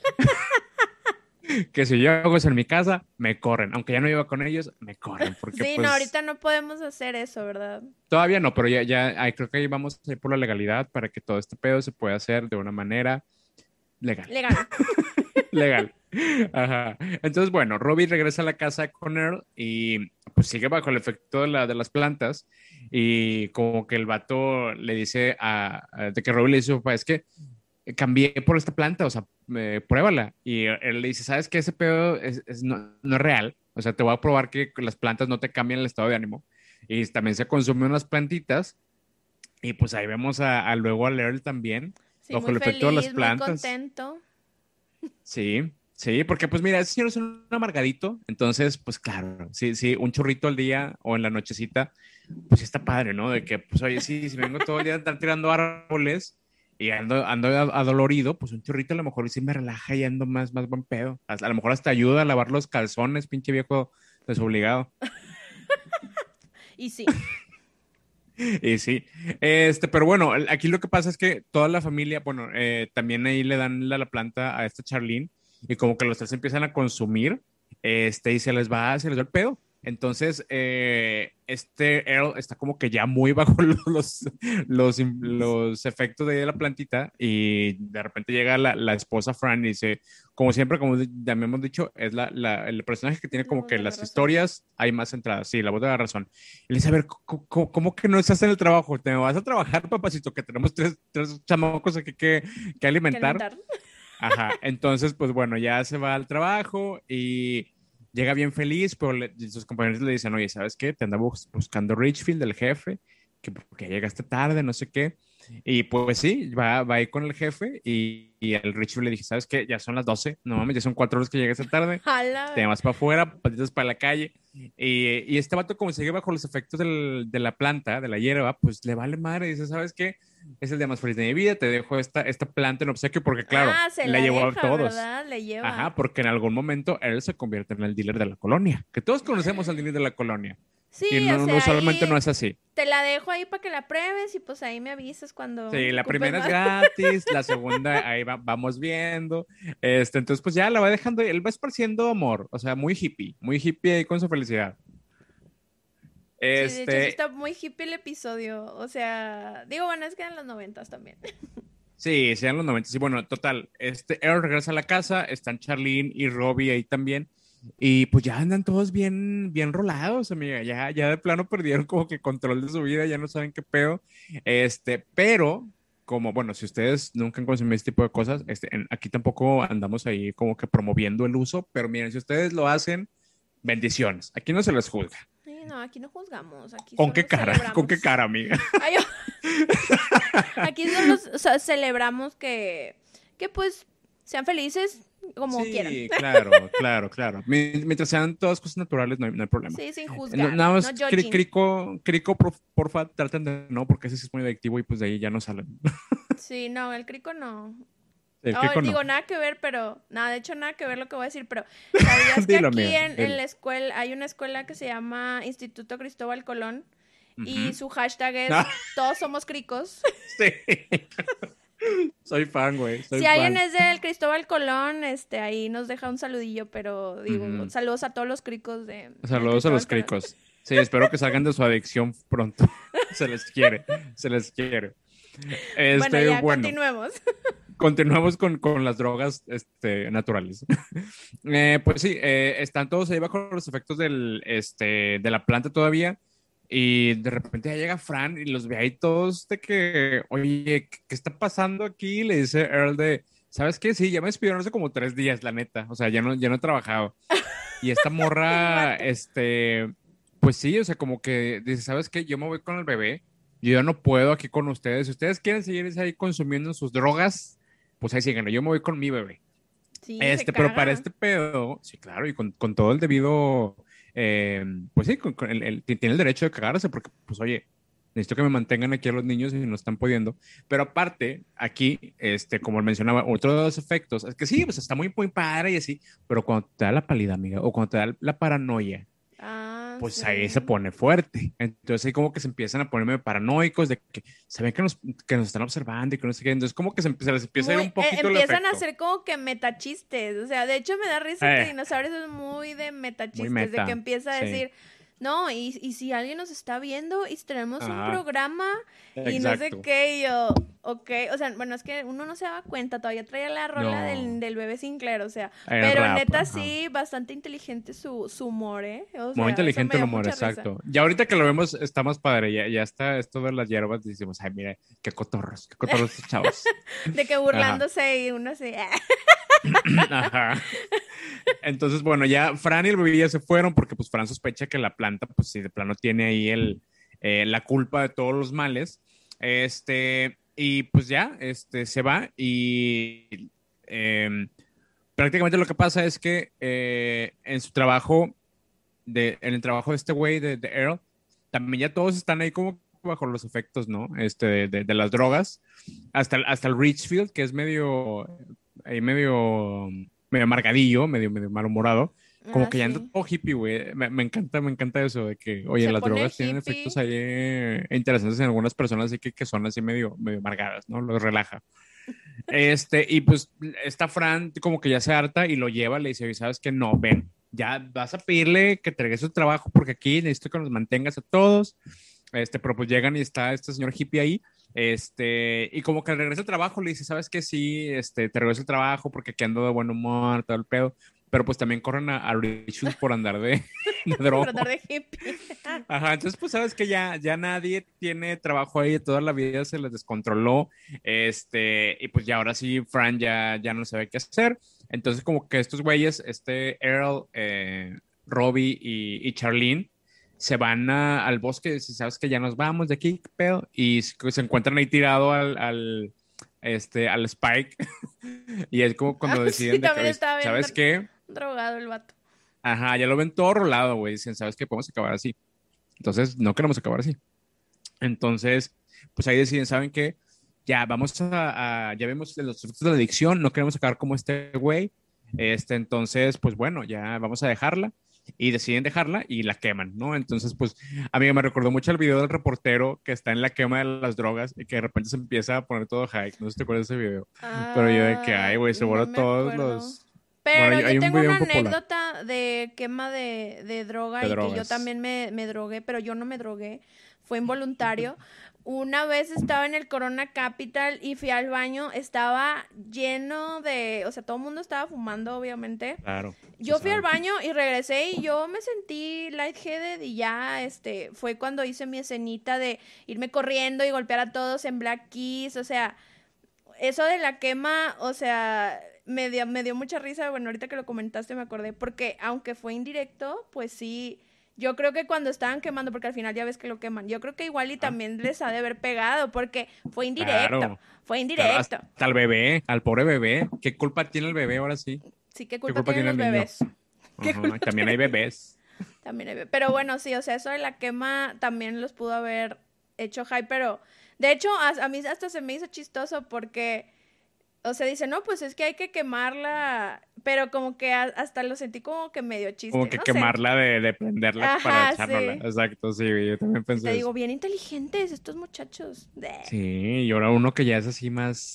Que si yo hago eso en mi casa, me corren. Aunque ya no iba con ellos, me corren. Porque Sí, no, pues ahorita no podemos hacer eso, ¿verdad? todavía no, pero creo que ahí vamos a ir por la legalidad para que todo este pedo se pueda hacer de una manera legal. Legal. Legal. Ajá. Entonces, bueno, Robbie regresa a la casa con Earl y pues sigue bajo el efecto de las plantas y como que el vato le dice de que Robbie le dice, es que cambié por esta planta, o sea, pruébala. Y él le dice, ¿sabes qué? Ese pedo no es real. O sea, te voy a probar que las plantas no te cambian el estado de ánimo. Y también se consumen unas plantitas. Y pues ahí vemos luego a Earl también, Sí, bajo muy el efecto de las feliz, muy plantas. contento. Sí, sí, porque pues mira, ese señor es un amargadito. Entonces, pues claro, sí, sí, un churrito al día o en la nochecita, pues sí está padre, ¿no? De que, pues oye, sí, si vengo todo el día a estar tirando árboles y ando adolorido, pues un chorrito a lo mejor sí me relaja y ando más buen pedo. A lo mejor hasta ayuda a lavar los calzones, pinche viejo desobligado. Y sí. Y sí, pero bueno, aquí lo que pasa es que toda la familia, bueno, también ahí le dan la planta a esta Charlene y como que los tres empiezan a consumir, y se les va el pedo. Entonces, este Earl está como que ya muy bajo los efectos de la plantita y de repente llega la esposa Fran y dice, como siempre, como ya me hemos dicho, es el personaje que tiene La como voz que de la las razón. historias hay más entradas. Sí, la voz de la razón. Y le dice, a ver, ¿cómo que no estás en el trabajo? ¿Te vas a trabajar, papacito? Que tenemos tres chamacos aquí que Que alimentar. alimentar. Ajá, entonces, pues bueno, ya se va al trabajo y llega bien feliz, pero sus compañeros le dicen, oye, ¿sabes qué? Te anda buscando Richfield, el jefe, que porque llegaste tarde, no sé qué. Y pues sí, va a ir con el jefe y el Richfield le dije, ¿sabes qué? Ya son las 12, no mames, ya son 4 horas que llegaste tarde, te Jala. vas para afuera, patitas para la calle. Y este vato, como sigue bajo los efectos de la planta, de la hierba, pues le vale madre, dice, ¿sabes qué? Es el día más feliz de mi vida, te dejo esta planta en obsequio porque, claro, Ah, se la la llevó a deja, todos. ¿verdad? Le lleva. Ajá, porque en algún momento él se convierte en el dealer de la colonia, que todos conocemos al dealer de la colonia. Y Sí, o no, sea, usualmente no ahí es así. te la dejo ahí para que la pruebes y pues ahí me avisas cuando Sí, la ocupes primera es más. gratis, la segunda ahí vamos viendo. Entonces, pues ya la va dejando, él va esparciendo amor, o sea, muy hippie ahí con su felicidad. Sí, de hecho sí Este, está muy hippie el episodio. O sea, digo, bueno, es que eran los 90 también. sí, sean los 90. Y bueno, total, Earl regresa a la casa, están Charlene y Robbie ahí también. Y pues ya andan todos bien rolados, amiga. Ya de plano perdieron como que control de su vida, ya no saben qué pedo. Pero, como, bueno, si ustedes nunca han consumido este tipo de cosas, aquí tampoco andamos ahí como que promoviendo el uso, pero miren, si ustedes lo hacen, bendiciones. Aquí no se les juzga. Sí, no, aquí no juzgamos, aquí ¿Con qué solo cara? ¿Con qué celebramos. cara, amiga? Ay, aquí solo, o sea, celebramos que pues sean felices como quieran. Sí, claro. Mientras sean todas cosas naturales, no hay problema. Sí, sin juzgar, Nada no más, judging. Crico, porfa, traten de no, porque ese sí es muy adictivo y pues de ahí ya no salen. Sí, no, el crico no. El Oh, Crico no. digo, nada que ver, pero, nada, de hecho, nada que ver lo que voy a decir, pero ¿sabías que Dilo, aquí amiga, en dilo. la escuela hay una escuela que se llama Instituto Cristóbal Colón y Ujú. su hashtag es Ah, todos somos cricos? sí. Soy fan, güey, soy Si alguien fan. es del Cristóbal Colón, ahí nos deja un saludillo, pero digo, Ujú. saludos a todos los cricos del Saludos a los Cristóbal Colón. Cricos. Sí, espero que salgan de su adicción pronto. Se les quiere, se les quiere. Bueno, ya, Bueno. continuemos. Continuamos con las drogas naturales. Pues sí, están todos ahí bajo los efectos de la planta todavía. Y de repente ya llega Fran y los ve ahí todos de que, oye, ¿qué está pasando aquí? Le dice Earl ¿sabes qué? Sí, ya me despidieron hace como 3 días, la neta. O sea, ya no he trabajado. Y esta El morra, vato. pues sí, o sea, como que dice, ¿sabes qué? Yo me voy con el bebé. Yo ya no puedo aquí con ustedes. Si ustedes quieren seguir ahí consumiendo sus drogas, pues ahí síganlo. Yo me voy con mi bebé. Sí, se Pero para caga. este pedo, sí, claro, y con todo el debido, pues sí, tiene el derecho de cagarse, porque, pues, oye, necesito que me mantengan aquí a los niños y no están pudiendo. Pero aparte, aquí, como mencionaba, otro de los efectos es que sí, pues está muy padre y así, pero cuando te da la pálida, amiga, o cuando te da la paranoia, Ah, pues ahí se sí. pone fuerte. Entonces ahí como que se empiezan a ponerme paranoicos de que se ven que nos están observando y que no sé qué. Entonces como que se les empieza a ir Muy, un poquito el empiezan a efecto. hacer como que metachistes. O sea, de hecho me da risa que Eh, Dinosaurios es muy de muy metachistes, de que meta, empieza a sí. decir, no, y si alguien nos está viendo y si tenemos un Ajá, programa y no sé exacto. qué, y yo, ok, o sea, bueno, es que uno no se daba cuenta, todavía traía la rola No, del bebé Sinclair, o sea, el pero rap, neta ajá. sí, bastante inteligente su humor, ¿eh? O Muy sea, eso me inteligente el dio humor, mucha risa. exacto. Y ahorita que lo vemos está más padre, ya está esto de las hierbas, decimos, ay, mira, qué cotorros estos chavos. De que Ajá, burlándose y uno así, ajá. Entonces, bueno, ya Fran y el bebé ya se fueron porque pues Fran sospecha que la planta, pues sí, de plano tiene ahí la culpa de todos los males. Y pues ya, se va y prácticamente lo que pasa es que en su trabajo, en el trabajo de este güey, de Earl, también ya todos están ahí como bajo los efectos, ¿no? De las drogas, hasta el Richfield, que es medio amargadillo, medio malhumorado, como Ah, que ya anda sí. todo hippie, güey. Me encanta eso de que, oye, Se las pone drogas tienen efectos hippie. ahí interesantes en algunas personas, así que son así medio amargadas, ¿no? Los relaja. Y pues esta Fran como que ya se harta y lo lleva, le dice, oye, ¿sabes qué? No, ven, ya vas a pedirle que te regrese su trabajo porque aquí necesito que nos mantengas a todos. Pero pues llegan y está este señor hippie ahí, y como que le regresa el trabajo, le dice, ¿sabes qué? Sí, te regreso el trabajo porque aquí ando de buen humor, todo el pedo, pero pues también corren a Richard por andar de Por droga. andar de hippie. Ajá, entonces pues sabes que ya nadie tiene trabajo ahí, toda la vida se les descontroló, y pues ya ahora sí Fran ya no sabe qué hacer, entonces como que estos güeyes, Earl, Robbie y Charlene, se van al bosque, y sabes que ya nos vamos de aquí, ¿qué pedo? Y se encuentran ahí tirado al Spike, y es como Ah, cuando sí, deciden de que, también oye, estaba bien ¿sabes qué? drogado el vato. Ajá, ya lo ven todo rolado, güey, dicen, ¿sabes qué? Podemos acabar así. Entonces, no queremos acabar así. Entonces, pues ahí deciden, ¿saben qué? Ya vamos ya vemos los efectos de la adicción, no queremos acabar como este güey. Entonces, pues bueno, ya vamos a dejarla y deciden dejarla y la queman, ¿no? Entonces, pues a mí me recordó mucho el video del reportero que está en la quema de las drogas y que de repente se empieza a poner todo high. No sé si te acuerdas de ese video, pero yo de que, ay, Ah, güey, no seguro me todos acuerdo. los... Bueno, Pero yo hay un tengo video una muy popular anécdota de quema de droga de y que yo drogas. también me drogué, pero yo no me drogué, fue involuntario. Una vez estaba en el Corona Capital y fui al baño, estaba lleno de, o sea, todo el mundo estaba fumando, obviamente. Claro, se Yo fui al sabe. baño y regresé y yo me sentí lightheaded y ya, fue cuando hice mi escenita de irme corriendo y golpear a todos en Black Keys, o sea, eso de la quema, o sea, me dio mucha risa. Bueno, ahorita que lo comentaste me acordé, porque aunque fue indirecto, pues sí, yo creo que cuando estaban quemando, porque al final ya ves que lo queman, yo creo que igual y Ah, también les ha de haber pegado, porque claro. fue Claro, indirecto. hasta al bebé, al pobre bebé. ¿Qué culpa tiene el bebé ahora sí? Sí, ¿qué ¿Qué culpa culpa tienen tiene los el niño? bebés? ¿Qué Ajá, y culpa también hay tienen? bebés. También pero bueno, sí, o sea, eso de la quema también los pudo haber hecho high, pero de hecho a mí hasta se me hizo chistoso porque o sea, dice, no, pues es que hay que quemarla, pero como que hasta lo sentí como que medio Como chiste, que no sé. quemarla de prenderla para Ajá, echárnosla. sí. Exacto, sí, yo también Y te pensé digo, eso. bien inteligentes estos muchachos. Sí, y ahora uno que ya es así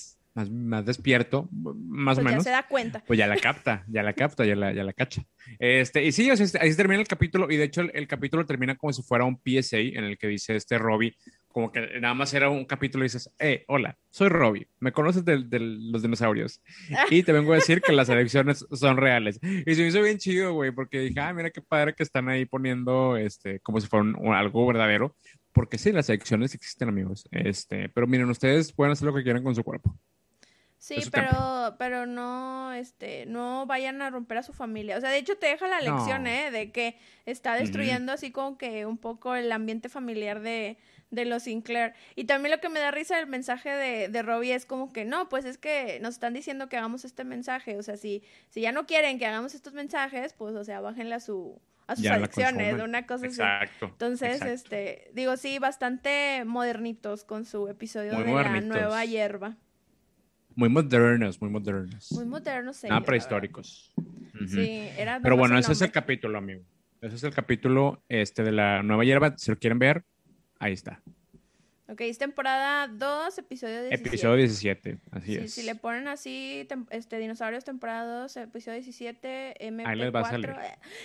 más despierto, más o Pues ya se menos, da cuenta. pues ya la capta, ya la cacha. Y sí, o sea, así termina el capítulo, y de hecho el capítulo termina como si fuera un PSA en el que dice Robbie, como que nada más era un capítulo y dices, hola, soy Robbie, me conoces de los dinosaurios, y te vengo a decir que las elecciones son reales. Y se me hizo bien chido, güey, porque dije, mira qué padre que están ahí poniendo, como si fuera algo verdadero. Porque sí, las adicciones existen, amigos. Pero miren, ustedes pueden hacer lo que quieran con su cuerpo. Es Sí, su templo. pero no, no vayan a romper a su familia. O sea, de hecho te deja la lección, No. ¿eh? De que está Ujú. destruyendo así como que un poco el ambiente familiar de los Sinclair. Y también lo que me da risa del mensaje de Robbie es como que no, pues es que nos están diciendo que hagamos este mensaje. O sea, si ya no quieren que hagamos estos mensajes, pues, o sea, bájenle a sus Ya la adicciones, consumen. una cosa así. Exacto, Entonces, exacto. digo, sí, bastante modernitos con su episodio Muy de la nueva modernitos. hierba. Muy modernos, muy Muy modernos. modernos Nada ellos, la verdad. prehistóricos. Ujú. Sí, era Pero nomás bueno, el ese es el nombre. capítulo, amigo. Ese es el capítulo de la nueva hierba. Si lo quieren ver, ahí está. Ok, es temporada 2 episodio Episodio 17. 17, así Sí, si le es. ponen así, dinosaurios temporada 2 episodio 17 Ahí mp les va a cuatro salir.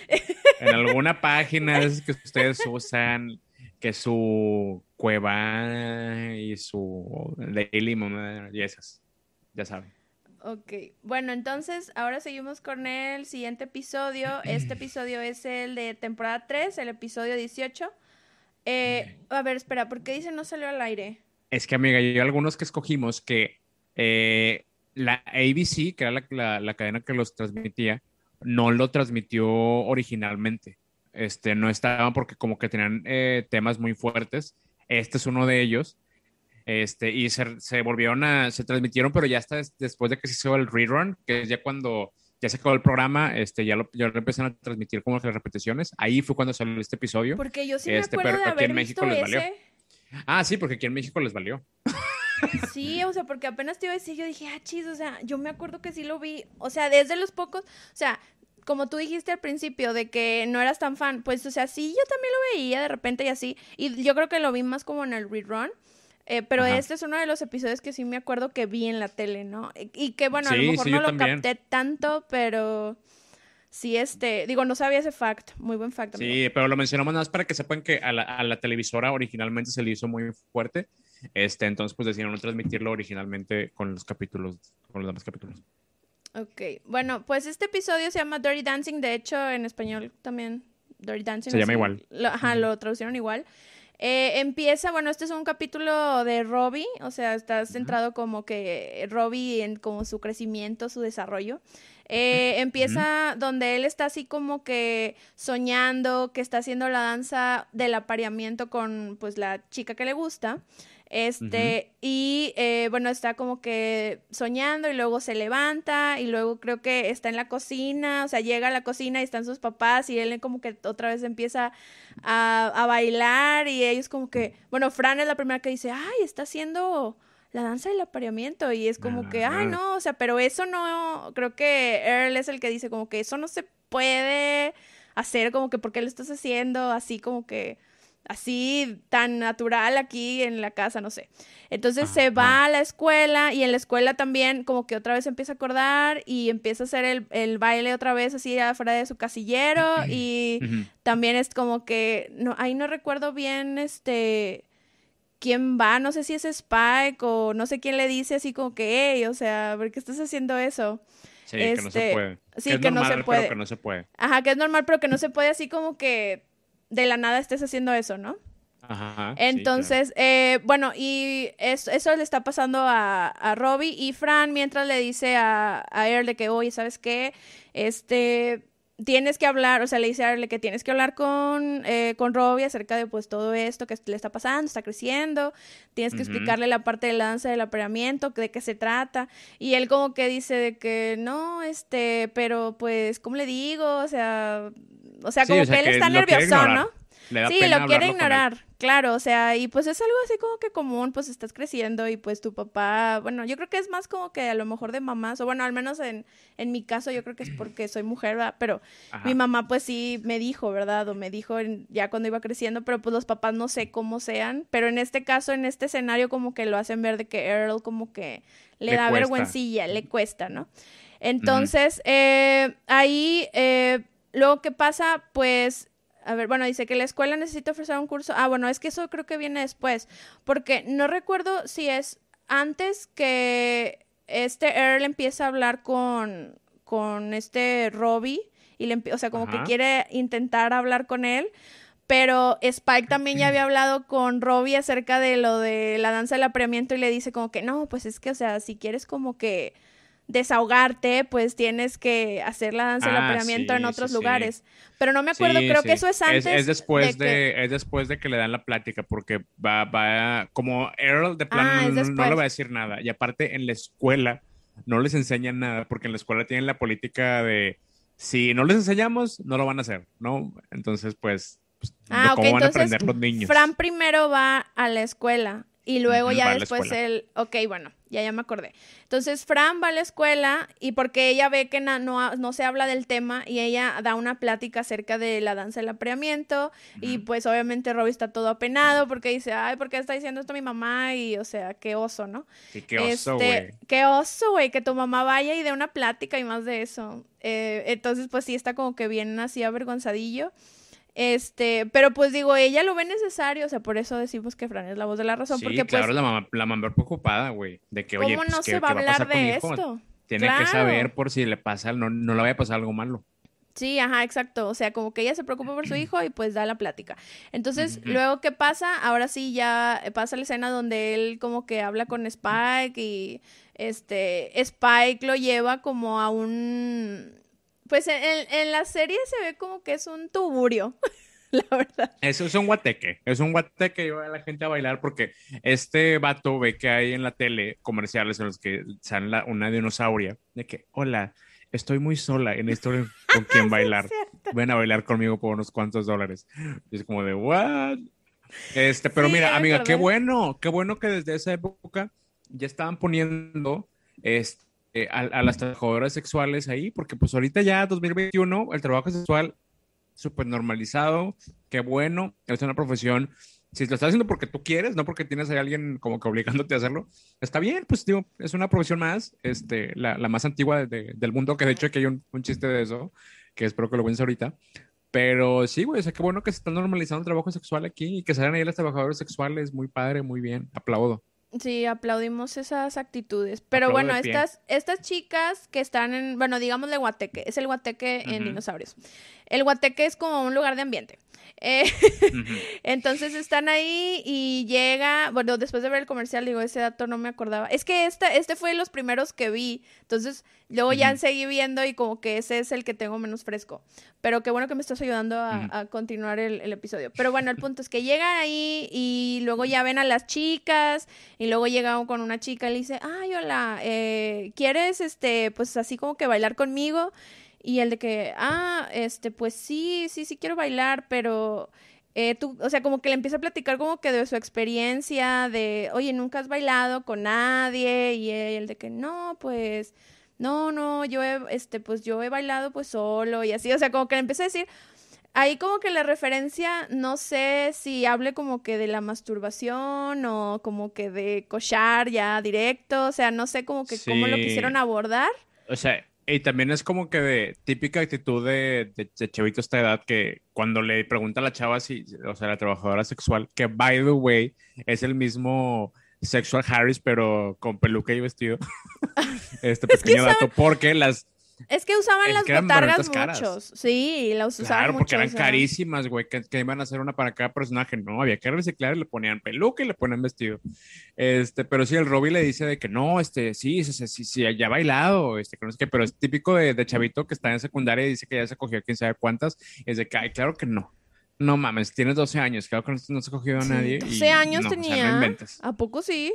En alguna página de esas que ustedes usan, que su Cueva y su Daily Moment y esas, ya saben. Ok, bueno, entonces ahora seguimos con el siguiente episodio. Este episodio es el de temporada 3 el episodio 18. A ver, espera, ¿por qué dice no salió al aire? Es que, amiga, yo algunos que escogimos que la ABC, que era la cadena que los transmitía, no lo transmitió originalmente. No estaban porque como que tenían temas muy fuertes. Este es uno de ellos. Y se transmitieron, pero ya hasta después de que se hizo el rerun, que es ya cuando ya se acabó el programa, ya lo empiezan a transmitir como las repeticiones. Ahí fue cuando salió este episodio, Porque yo sí me acuerdo pero de aquí haber en México visto les valió. ese. Ah, sí, porque aquí en México les valió. Sí, o sea, porque apenas te iba a decir, yo dije, ah, chis, o sea, yo me acuerdo que sí lo vi, o sea, desde los pocos, o sea, como tú dijiste al principio de que no eras tan fan, pues, o sea, sí, yo también lo veía de repente y así, y yo creo que lo vi más como en el rerun, pero Ajá. este es uno de los episodios que sí me acuerdo que vi en la tele, ¿no? Y que, bueno, a lo Sí, mejor sí, no yo lo también. capté tanto, pero sí, digo, no sabía ese fact, muy buen fact, amigo. Sí, pero lo mencionamos nada más para que sepan que a la televisora originalmente se le hizo muy fuerte. Entonces, pues decidieron no transmitirlo originalmente con los capítulos, con los demás capítulos. Ok, bueno, pues este episodio se llama Dirty Dancing, de hecho en español también Dirty Dancing, Se llama así, igual. ajá, Ujú. lo traducieron igual. Empieza, bueno, este es un capítulo de Robbie, o sea, está Ujú. centrado como que Robbie en como su crecimiento, su desarrollo. Ujú. Empieza donde él está así como que soñando, que está haciendo la danza del apareamiento con pues la chica que le gusta. Ujú. Y bueno, está como que soñando y luego se levanta y luego creo que está en la cocina, o sea, llega a la cocina y están sus papás y él como que otra vez empieza a bailar y ellos como que, bueno, Fran es la primera que dice, ay, está haciendo la danza del apareamiento y es como que, ay, Ah, no, o sea, pero eso no, creo que Earl es el que dice como que eso no se puede hacer, como que, ¿por qué lo estás haciendo así como que así tan natural aquí en la casa, no sé? Entonces se ajá. va a la escuela y en la escuela también como que otra vez empieza a acordar y empieza a hacer el baile otra vez así afuera de su casillero y Ujú. también es como que, no, ahí no recuerdo bien, quién va, no sé si es Spike o no sé quién le dice así como que, hey, o sea, ¿por qué estás haciendo eso? Sí, que no se puede. Que Sí, es que no se normal, pero que puede. no se puede. Ajá, que es normal, pero que no se puede así como que de la nada estés haciendo eso, ¿no? Ajá, sí, claro. Entonces, bueno, y eso le está pasando a Robbie y Fran mientras le dice a Earl de que, oye, ¿sabes qué? Este, tienes que hablar, o sea, le dice a Earl de que tienes que hablar con Robbie acerca de pues todo esto que le está pasando, está creciendo, tienes que Ujú. explicarle la parte de la danza del apareamiento, de qué se trata, y él como que dice de que, no, pero pues, ¿cómo le digo? O sea, Sí, o como que sea él que está lo quiere nervioso, ¿no? ignorar. Le da Sí, pena lo quiere hablarlo con él. ignorar, claro, o sea, y pues es algo así como que común, pues estás creciendo y pues tu papá, bueno, yo creo que es más como que a lo mejor de mamás, o bueno, al menos en mi caso yo creo que es porque soy mujer, ¿verdad? Pero mi Ajá. mamá pues sí me dijo, ¿verdad? O me dijo ya cuando iba creciendo, pero pues los papás no sé cómo sean, pero en este caso, en este escenario como que lo hacen ver de que Earl como que le Le da cuesta. vergüencilla, le cuesta, ¿no? Ujú. Entonces, ahí, luego que pasa, pues a ver, bueno, dice que la escuela necesita ofrecer un curso. Ah, bueno, es que eso creo que viene después, porque no recuerdo si es antes que Earl empieza a hablar con este Robbie y o sea, como que Ajá. quiere intentar hablar con él, pero Spike también ya había hablado con Robbie acerca de lo de la danza del apremiento y le dice como que no, pues es que, o sea, si quieres como que desahogarte, pues tienes que hacer la danza del Ah, apareamiento en sí, sí, otros sí. lugares. Pero no me acuerdo, Sí, creo que sí. eso es Es antes de después que... de que le dan la plática, porque como Earl de plano Ah, es no le va a después. decir nada. Y aparte en la escuela no les enseñan nada, porque en la escuela tienen la política de si no les enseñamos, no lo van a hacer, ¿no? Entonces, pues, Ah, ok, ¿cómo van a entonces aprender los Fran niños? primero va a la escuela y luego Ujú, ya va a la después escuela. él, ok, bueno, ya me acordé. Entonces Fran va a la escuela y porque ella ve que no se habla del tema y ella da una plática acerca de la danza del apareamiento y Ujú. pues obviamente Robbie está todo apenado porque dice, ay, ¿por qué está diciendo esto mi mamá? Y o sea, qué oso, ¿no? Sí, qué oso, güey. Qué oso, güey, que tu mamá vaya y dé una plática y más de eso. Entonces pues sí está como que bien así avergonzadillo. Pero pues digo, ella lo ve necesario, o sea, por eso decimos que Fran es la voz de la razón, Sí, porque claro, pues, la mamá preocupada, güey, de que, oye, ¿cómo pues, no se ¿qué, va a qué va a hablar pasar con mi de hijo? esto? Tiene que Claro. saber por si le pasa, no le vaya a pasar algo malo. Sí, ajá, exacto. O sea, como que ella se preocupa por su hijo y pues da la plática. Entonces, Ujú. luego, ¿qué pasa? Ahora sí ya pasa la escena donde él como que habla con Spike y Spike lo lleva como a un... Pues en la serie se ve como que es un tuburio, la verdad. Eso es un guateque, lleva a la gente a bailar porque este vato ve que hay en la tele comerciales en los que sale una dinosauria de que, hola, estoy muy sola en esto con quién Sí, es bailar. cierto. Ven a bailar conmigo por unos cuantos dólares. Y es como de, ¿what? Pero Sí, mira, ya me amiga, acordé. qué bueno que desde esa época ya estaban poniendo a las trabajadoras sexuales ahí, porque pues ahorita ya 2021 el trabajo sexual súper normalizado, qué bueno, es una profesión, si lo estás haciendo porque tú quieres, no porque tienes a alguien como que obligándote a hacerlo, está bien, pues digo, es una profesión más, la más antigua del mundo, que de hecho aquí hay un chiste de eso, que espero que lo cuentes ahorita, pero sí, güey, o sea, qué bueno que se está normalizando el trabajo sexual aquí y que salgan ahí las trabajadoras sexuales, muy padre, muy bien, aplaudo, Sí, aplaudimos esas actitudes. Pero aplaudo bueno, de pie. estas chicas que están en, bueno, digámosle Guateque, es el Guateque en Ujú, dinosaurios. El Guateque es como un lugar de ambiente. Eh, ujú, entonces están ahí y llega, bueno, después de ver el comercial, digo, ese dato no me acordaba. Es que este fue de los primeros que vi, entonces luego ya ujú, seguí viendo y como que ese es el que tengo menos fresco. Pero qué bueno que me estás ayudando ujú. a continuar el episodio. Pero bueno, el punto es que llegan ahí y luego ya ven a las chicas y luego llega con una chica y le dice, ay, hola, ¿quieres, pues así como que bailar conmigo? Y el de que, pues sí, sí, sí quiero bailar, pero tú, o sea, como que le empieza a platicar como que de su experiencia, de, oye, nunca has bailado con nadie, y el de que, no, pues, no, no, pues yo he bailado pues solo, y así, o sea, como que le empieza a decir, ahí como que la referencia, no sé si hable como que de la masturbación o como que de cochar ya directo, o sea, no sé como que cómo lo quisieron Sí, abordar. o sea, y también es como que de típica actitud de chavito a esta edad que cuando le pregunta a la chava si, o sea, la trabajadora sexual, que by the way es el mismo sexual Harris, pero con peluca y vestido. Este Es que pequeño dato, porque es que usaban es las que eran botargas herramientas caras. muchos, sí, las usaban Claro, porque mucho, o eran sea, carísimas, güey, que iban a hacer una para cada personaje. No, había que reciclar y le ponían peluca y le ponían vestido. Pero sí, el Robbie le dice de que no, sí, sí, sí, sí, ya ha bailado, que no sé qué, pero es típico de chavito que está en secundaria y dice que ya se cogió quién sabe cuántas. Es de que, ay, claro que no. No mames, tienes 12 años, claro que no se ha cogido a sí, nadie 12 y años no, o sea, no tenía, inventes. ¿a poco sí?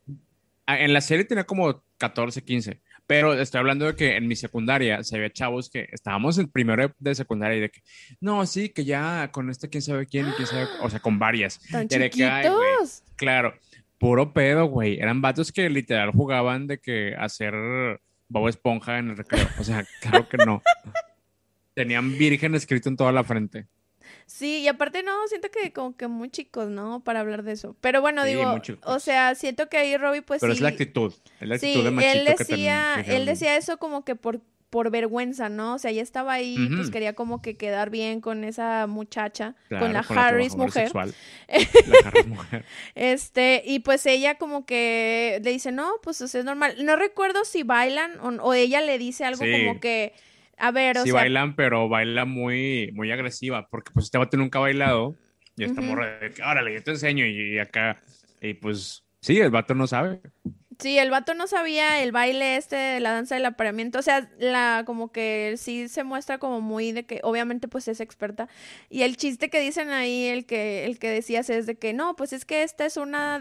En la serie tenía como 14, 15, pero estoy hablando de que en mi secundaria se había chavos que estábamos en primero de secundaria y de que, no, sí, que ya con quién sabe quién y quién sabe, o sea, con varias. ¿Tan Y de que, ay, güey, chiquitos? claro, puro pedo, güey. Eran vatos que literal jugaban de que hacer Bob Esponja en el recreo. O sea, claro que no. Tenían virgen escrito en toda la frente. Sí, y aparte no, siento que como que muy chicos, ¿no? Para hablar de eso. Pero bueno, Sí, digo, muy o chicos. sea, siento que ahí Robbie pues Pero sí. es la actitud de Sí, él machito que, decía, que él dijeron. decía eso como que por vergüenza, ¿no? O sea, ya estaba ahí, pues "Ujú, quería como que quedar bien con esa muchacha, con la claro, con la Harris trabajadora mujer. sexual, la Harris mujer. Y pues ella como que le dice, no, pues o sea, es normal. No recuerdo si bailan o ella le dice algo como Sí, que, a ver, o sí sea, bailan, pero baila muy, muy agresiva, porque pues este vato nunca ha bailado y esta ujú. morra de que, órale, yo te enseño y acá, y pues sí, el vato no sabe. Sí, el vato no sabía el baile de la danza del apareamiento, o sea, como que sí se muestra como muy de que obviamente pues es experta. Y el chiste que dicen ahí, el que decías es de que no, pues es que esta es una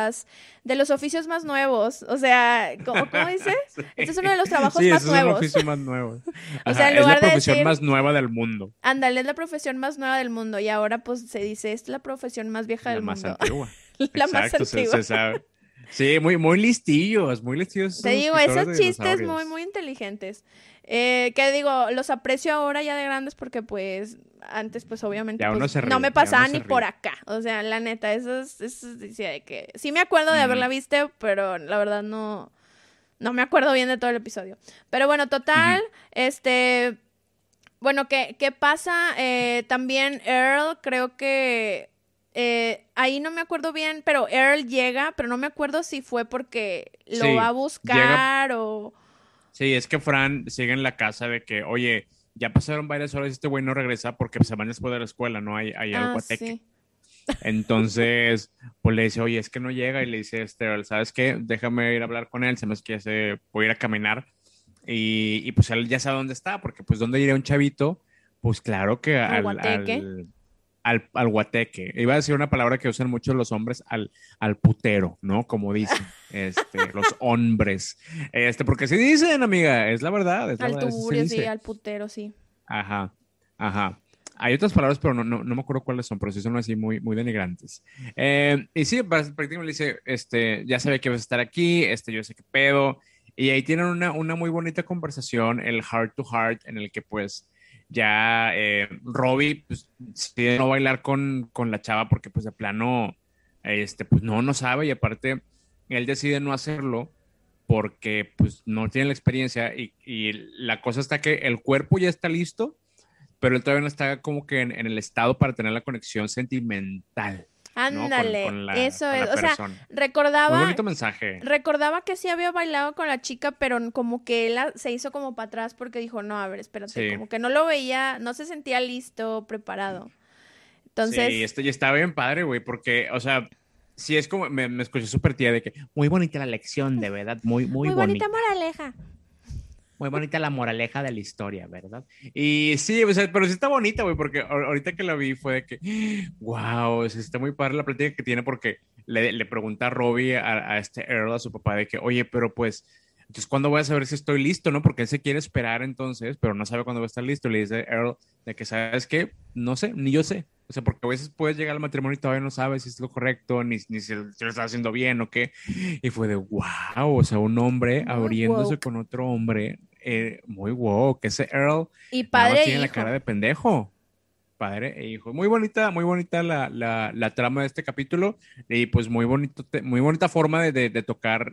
de los oficios más nuevos, o sea, ¿cómo dice? Este es uno Sí, de los trabajos sí, más ese es el nuevos. oficio más nuevo. O sea, Ajá, en es la lugar de profesión decir, más nueva del mundo, ándale, es la profesión más nueva del mundo y ahora pues se dice, es la profesión más vieja la del más mundo, antigua. la más Exacto, antigua. se sabe. Sí, muy listillos Te esos digo, escritores esos de chistes muy, dinosaurios. muy inteligentes. Que digo, los aprecio ahora ya de grandes porque pues antes pues obviamente Ya uno pues se no me ríe, ya uno pasaba se ni por ríe. acá. O sea, la neta, eso decía de que sí me acuerdo de Ujú, haberla visto, pero la verdad no me acuerdo bien de todo el episodio. Pero bueno, total, ujú. este, bueno, ¿qué pasa? También Earl, creo que ahí no me acuerdo bien, pero Earl llega, pero no me acuerdo si fue porque lo va a Sí, llega. buscar o... Sí, es que Fran sigue en la casa de que, oye, ya pasaron varias horas y este güey no regresa porque se van después de la escuela, ¿no? Hay al Ah, guateque. sí. Entonces, pues le dice, oye, es que no llega y le dice, ¿sabes qué? Déjame ir a hablar con él, se me hace que ya se voy a ir a caminar y pues él ya sabe dónde está, porque pues dónde iría un chavito, pues claro que Al guateque. al guateque. Iba a decir una palabra que usan mucho los hombres, al putero, ¿no? Como dicen, los hombres. Porque sí dicen, amiga, es la Al verdad, sí se tuburio, sí, dice. al putero, sí. Ajá, ajá. Hay otras palabras, pero no me acuerdo cuáles son, pero sí son así muy, muy denigrantes. Y sí, prácticamente le dice, ya sabía que vas a estar aquí, yo sé qué pedo. Y ahí tienen una muy bonita conversación, el heart to heart, en el que pues ya Robbie pues decide no bailar con la chava porque pues de plano, pues no sabe y aparte él decide no hacerlo porque pues no tiene la experiencia y la cosa está que el cuerpo ya está listo pero él todavía no está como que en el estado para tener la conexión sentimental, ¿no? Ándale, eso con es, la o sea, persona. Muy recordaba, bonito mensaje. recordaba que sí había bailado con la chica, pero como que él se hizo como para atrás porque dijo, no, a ver, espérate, Sí, como que no lo veía, no se sentía listo, preparado. sí, Entonces, y está bien padre, güey, porque, o sea, sí es como, me escuché súper tía de que, muy bonita la lección, de verdad, muy, muy muy bonita bonita. moraleja. Muy bonita la moraleja de la historia, ¿verdad? Y sí, o sea, pero sí está bonita, güey, porque ahorita que la vi fue de que, wow, o sea, está muy padre la plática que tiene porque le pregunta a Robbie, a este Earl, a su papá, de que, oye, pero pues, entonces, ¿cuándo voy a saber si estoy listo, no? Porque él se quiere esperar entonces, pero no sabe cuándo va a estar listo. Le dice Earl de que, ¿sabes qué? No sé, ni yo sé. O sea, porque a veces puedes llegar al matrimonio y todavía no sabes si es lo correcto, ni si lo estás haciendo bien o qué. Y fue de wow, o sea, un hombre Muy abriéndose woke. con otro hombre, muy wow, que ese Earl Y nada más padre e tiene la cara hijo. de pendejo. Padre e hijo. Muy bonita la trama de este capítulo y pues muy bonito, muy bonita forma de tocar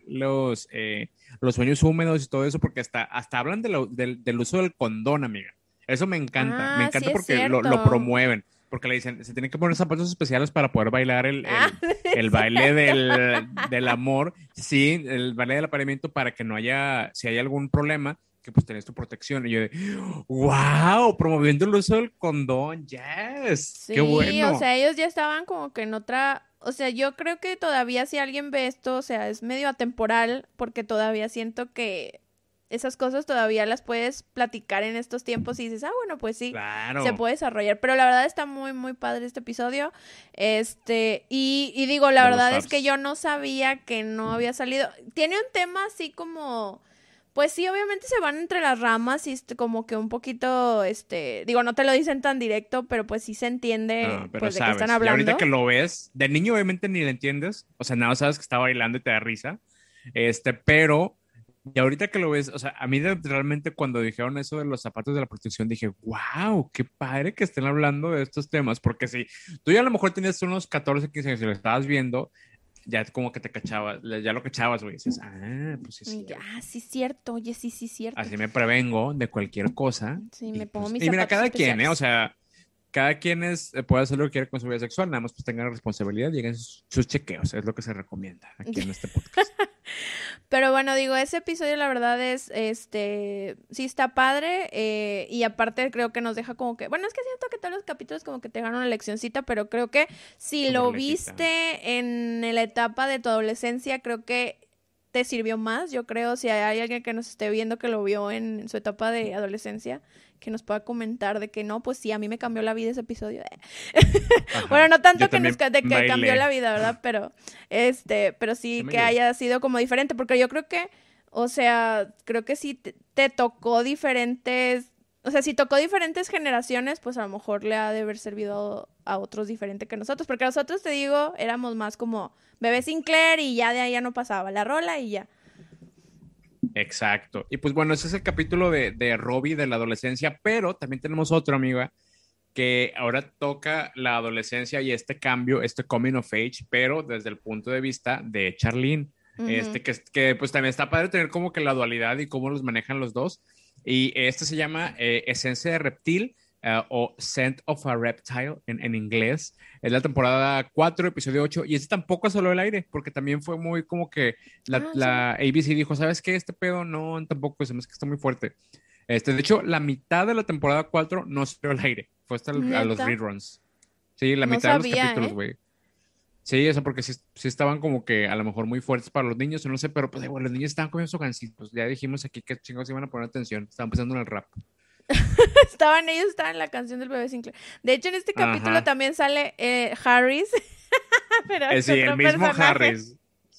los sueños húmedos y todo eso, porque hasta hablan del uso del condón, amiga. Eso me Ah, sí encanta es porque cierto. lo promueven, porque le dicen, se tienen que poner zapatos especiales para poder bailar Ah, el sí. baile del amor, sí, el baile del apareamiento para que no haya, si hay algún problema, que pues tenés tu protección. Y yo de, wow, promoviendo el uso del condón, yes, qué Sí, o bueno. sea, ellos ya estaban como que en otra, o sea, yo creo que todavía si alguien ve esto, o sea, es medio atemporal porque todavía siento que esas cosas todavía las puedes platicar en estos tiempos y dices, ah, bueno, pues sí, se Claro, puede desarrollar, pero la verdad está muy, muy padre este episodio, y digo, la de los verdad es que Fabs. yo no sabía que no había salido, tiene un tema así como pues sí, obviamente se van entre las ramas y como que un poquito, digo, no te lo dicen tan directo, pero pues sí se entiende, No, pero pues, de qué están sabes, y ahorita que hablando. lo ves, de niño obviamente ni le entiendes, o sea, nada, sabes que está bailando y te da risa, pero, y ahorita que lo ves, o sea, a mí realmente cuando dijeron eso de los zapatos de la protección, dije, wow, qué padre que estén hablando de estos temas, porque si tú ya a lo mejor tenías unos 14 15 años y lo estabas viendo, ya como que te cachabas, ya lo cachabas, güey, dices, pues sí es Y ya, cierto. ah, sí, cierto, oye, sí, sí, cierto. Así me prevengo de cualquier cosa. Sí, Y me pongo pues, mis y mira, zapatos cada quien, ¿eh? O especiales. sea, cada quien puede hacer lo que quiera con su vida sexual, nada más pues tengan responsabilidad y lleguen sus chequeos, es lo que se recomienda aquí en este podcast. Pero bueno, digo, ese episodio la verdad es, sí está padre, y aparte creo que nos deja como que, bueno, es que siento que todos los capítulos como que te dejan una leccioncita, pero creo que si Su lo moralejita. viste en la etapa de tu adolescencia, creo que te sirvió más, yo creo, si hay alguien que nos esté viendo que lo vio en su etapa de adolescencia, que nos pueda comentar de que no, pues sí, a mí me cambió la vida ese episodio. Bueno, Ajá. no tanto Yo que también de que cambió la bailé. vida, ¿verdad? Pero Sí sí me que ayudó. haya sido como diferente, porque yo creo que, o sea, creo que sí te tocó diferentes, o sea, si tocó diferentes generaciones, pues a lo mejor le ha de haber servido a otros diferente que nosotros, porque nosotros, te digo, éramos más como bebé Sinclair y ya de ahí ya no pasaba la rola y ya. Exacto. Y pues bueno, ese es el capítulo de Robbie de la adolescencia, pero también tenemos otro, amiga, que ahora toca la adolescencia y este cambio, este coming of age, pero desde el punto de vista de Charlene, Ujú. que pues también está padre tener como que la dualidad y cómo los manejan los dos. Y este se llama Esencia de Reptil o Scent of a Reptile en inglés. Es la temporada 4 episodio 8 y este tampoco salió al aire, porque también fue muy como que Ah, ¿en serio? la ABC dijo, ¿sabes qué? Este pedo no, tampoco, se me hace que está muy fuerte. De hecho, la mitad de la temporada 4 no salió al aire. Fue hasta a los Neta, reruns. Sí, la no mitad de los sabía, capítulos, ¿eh? güey. Sí, eso porque sí estaban como que a lo mejor muy fuertes para los niños, o no sé, pero pues bueno, los niños estaban comiendo sus gancitos. Ya dijimos aquí que chingos iban a poner atención. Estaban pensando en el rap. Ellos estaban en la canción del bebé Sinclair. De hecho, en este capítulo Ajá. también sale Harris, pero es Sí, el otro mismo personaje. Harris.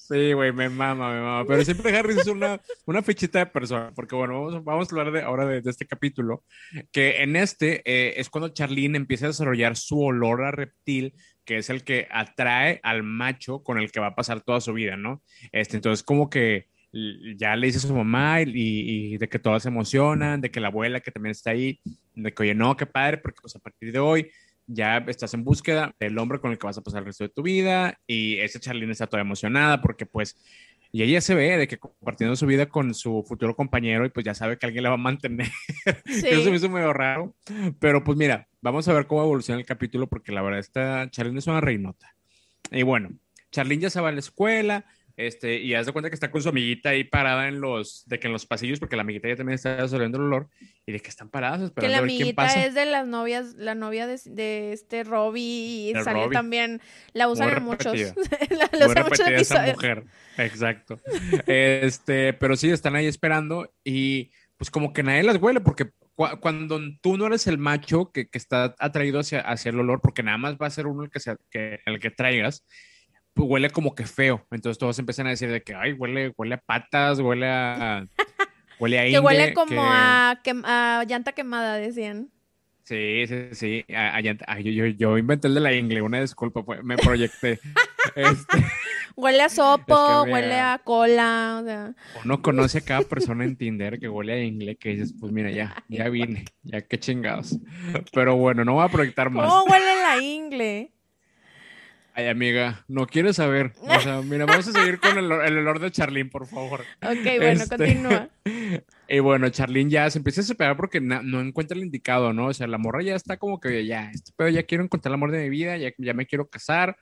Sí, güey, me mama, me mama. Pero siempre Harris es una fichita de persona, porque bueno, vamos a hablar ahora de este capítulo, que en este es cuando Charlene empieza a desarrollar su olor a reptil, que es el que atrae al macho con el que va a pasar toda su vida, ¿no? Entonces como que ya le dice a su mamá y de que todas se emocionan, de que la abuela que también está ahí, de que oye, no, qué padre, porque pues a partir de hoy ya estás en búsqueda del hombre con el que vas a pasar el resto de tu vida y esa Charlene está toda emocionada porque pues, y ella se ve de que compartiendo su vida con su futuro compañero y pues ya sabe que alguien la va a mantener, que eso se me Sí. hizo medio raro, pero pues mira, vamos a ver cómo evoluciona el capítulo porque la verdad esta Charlene es una reinota. Y bueno, Charlene ya se va a la escuela, y haz de cuenta que está con su amiguita ahí parada de que en los pasillos, porque la amiguita ya también está absorbiendo el olor, y de que están paradas Que esperando la a ver quién amiguita pasa. es de las novias, la novia de este Robbie y De salió Robbie. también, la Muy usan en muchos, repetida. la Muy usan en muchos repetida esa episodios. mujer. Exacto. Pero sí, están ahí esperando y pues como que nadie las huele porque cuando tú no eres el macho que está atraído hacia el olor, porque nada más va a ser uno el que traigas, pues huele como que feo. Entonces todos empiezan a decir de que, ay, huele a patas, huele a Que huele ingle, como que a llanta quemada, decían. sí, sí, sí. Yo inventé el de la ingle, una disculpa, me proyecté. Este, Huele a es que sopo, huele mira, a cola, o sea. uno conoce a cada persona en Tinder que huele a ingle, que dices, pues mira, Ay, ya vine, ya qué chingados. Pero bueno, no voy a proyectar más. ¿cómo huele la ingle? Ay, amiga, no quieres saber. O sea, mira, vamos a seguir con el olor de Charlene, por favor. Ok, bueno, Este, continúa. y bueno, Charlene ya se empieza a separar porque no encuentra el indicado, ¿no? O sea, la morra ya está como que ya, pero ya quiero encontrar el amor de mi vida, ya me quiero casar.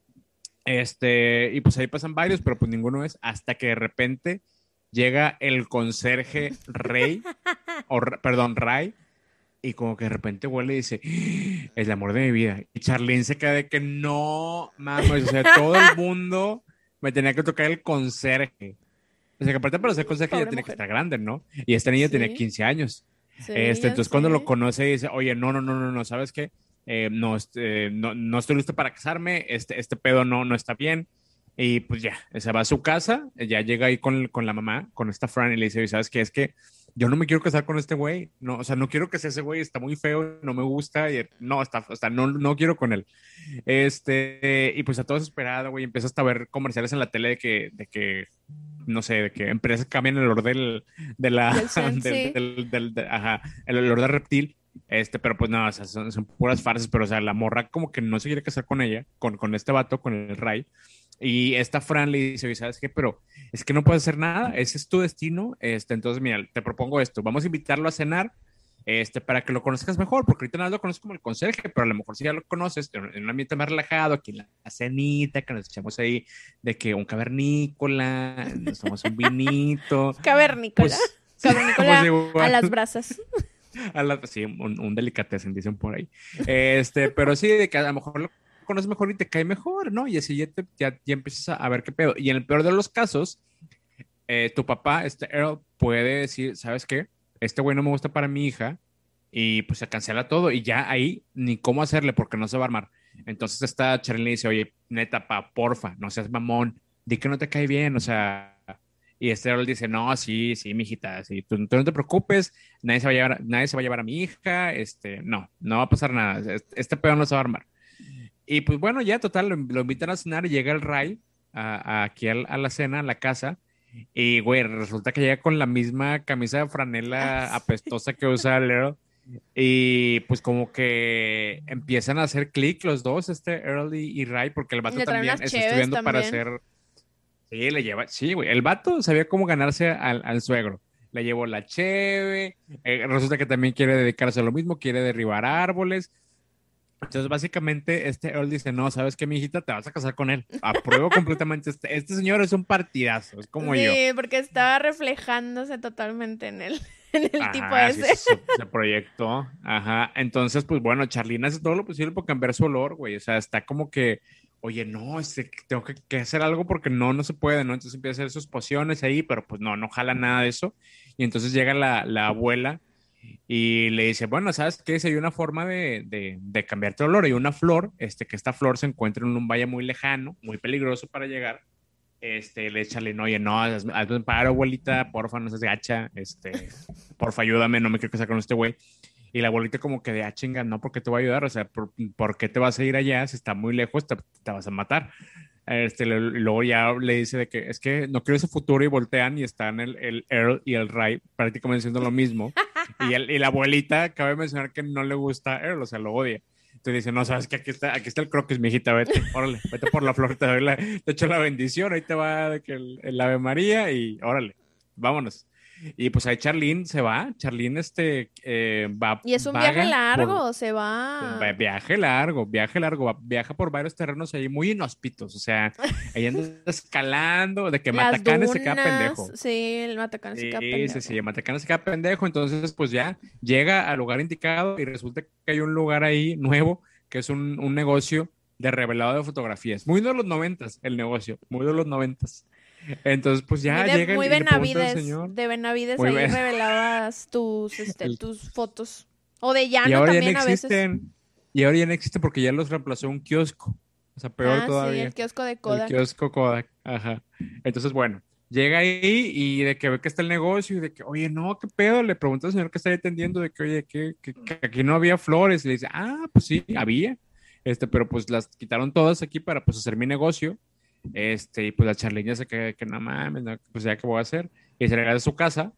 Y pues ahí pasan varios, pero pues ninguno es, hasta que de repente llega el conserje Rey, perdón, Ray, y como que de repente huele y dice, "¡Ah! Es el amor de mi vida". Y Charlene se queda de que no mames, o sea, todo el mundo me tenía que tocar el conserje. O sea, que aparte para ser conserje ya Pobre tiene que mujer. estar grande, ¿no? Y esta niña tenía Sí, 15 años. sí, ya Entonces cuando lo sé. conoce dice, oye, no, ¿sabes qué? No estoy listo para casarme, este pedo no está bien. Y pues ya, se va a su casa, ya llega ahí con la mamá, con esta Fran, y le dice, oye, ¿sabes qué? Es que yo no me quiero casar con este güey, no, o sea, no quiero que sea ese güey, está muy feo, no me gusta, y no, no quiero con él. Y pues a todo desesperado, güey, empieza hasta a ver comerciales en la tele de que no sé, de que empresas cambian el olor de la, Del Zen, del, sí. del, del- de- ajá, el olor de reptil, pero pues no, o sea, son puras farsas, pero o sea, la morra como que no se quiere casar con ella, con este vato, con el Ray, y esta Fran le dice, oye, ¿sabes qué? Pero es que no puedes hacer nada, ese es tu destino, entonces mira, te propongo esto, vamos a invitarlo a cenar, para que lo conozcas mejor, porque ahorita nada lo conozco como el conserje, pero a lo mejor si ya lo conoces, en un ambiente más relajado, aquí en la cenita, que nos echamos ahí de que un cavernícola, nos tomamos un vinito, Cavernícola. pues, pues Cavernícola a igual, las brasas. sí, un delicatessen, dicen por ahí. Pero sí, de que a lo mejor lo conoces mejor y te cae mejor, ¿no? Y así ya empiezas a ver qué pedo. Y en el peor de los casos, tu papá, Earl, puede decir, ¿sabes qué? Este güey no me gusta para mi hija y pues se cancela todo y ya ahí ni cómo hacerle porque no se va a armar. Entonces esta Charlie le dice, oye, neta, porfa, no seas mamón, di que no te cae bien, o sea, y este Earl dice, no, sí, sí, mijita, sí, tú no te preocupes, nadie se va a llevar a mi hija, no va a pasar nada, este pedo no se va a armar. Y pues bueno, ya total, lo invitan a cenar y llega el Ray aquí a la cena, a la casa. Y, güey, resulta que llega con la misma camisa de Ay, franela sí. apestosa que usa Earl. Y pues como que empiezan a hacer clic los dos, Earl y Ray, porque el vato Le traen también unas está cheves estudiando para también. ser... Sí, sí, güey. El vato sabía cómo ganarse al suegro. Le llevó la cheve. Resulta que también quiere dedicarse a lo mismo, quiere derribar árboles. Entonces, básicamente, Earl dice, no, ¿sabes qué, mi hijita? Te vas a casar con él. Apruebo completamente. Este señor es un partidazo, es como yo. Sí, porque estaba reflejándose totalmente en él, en el tipo Ajá, sí, ese. se proyectó. Ajá. Entonces, pues bueno, Charlene hace todo lo posible por cambiar su olor, güey. O sea, está como que, oye, no, tengo que hacer algo porque no se puede, ¿no? Entonces empieza a hacer sus pociones ahí, pero pues no jala nada de eso. Y entonces llega la abuela y le dice, bueno, ¿sabes qué? Si hay una forma de cambiarte el olor, hay una flor, que esta flor se encuentra en un valle muy lejano, muy peligroso para llegar, le echa Charlene, oye, no, hazme un paro, abuelita, porfa, no seas gacha, porfa, ayúdame, no me quiero casar con este güey. Y la abuelita como que de, chinga, no, ¿por qué te voy a ayudar? O sea, ¿por qué te vas a ir allá? Si está muy lejos, te vas a matar. Luego ya le dice de que es que no quiero ese futuro y voltean y están el Earl y el Ray prácticamente haciendo lo mismo. Y la abuelita cabe mencionar que no le gusta Earl, o sea, lo odia. Entonces dice, no, sabes que aquí está el croquis, mijita, vete, órale, vete por la flor, te echo la bendición, ahí te va de que el Ave María y órale, vámonos. Y pues ahí Charlene se va, Charlene Y es un viaje vaga por largo, se va. viaje largo, viaja por varios terrenos ahí muy inhóspitos, o sea, ahí anda escalando, de que Las Matacane se queda dunas, pendejo. sí, el Matacán se queda Sí, pendejo. Matacane se queda pendejo, entonces pues ya llega al lugar indicado y resulta que hay un lugar ahí nuevo que es un negocio de revelado de fotografías, muy de los noventas el negocio, muy de los noventas. Entonces pues ya llega Muy y le pregunta al Benavides, señor, de Benavides muy ahí bien, revelabas el- tus fotos. O de y llano ahora ya no también a veces. existen, y ahora ya no existen porque ya los reemplazó un kiosco, o sea, peor Ah, sí, el todavía. kiosco de El Kodak. kiosco Kodak, ajá. Entonces, bueno, llega ahí y de que ve que está el negocio y de que, oye, no, ¿qué pedo? Le pregunta al señor que está ahí atendiendo de que, oye, que aquí no había flores. Y le dice, pues sí, había. Pero pues las quitaron todas aquí para pues hacer mi negocio. Y pues la charleña se queda que no mames, no, pues ya qué voy a hacer. Y se regresa a su casa.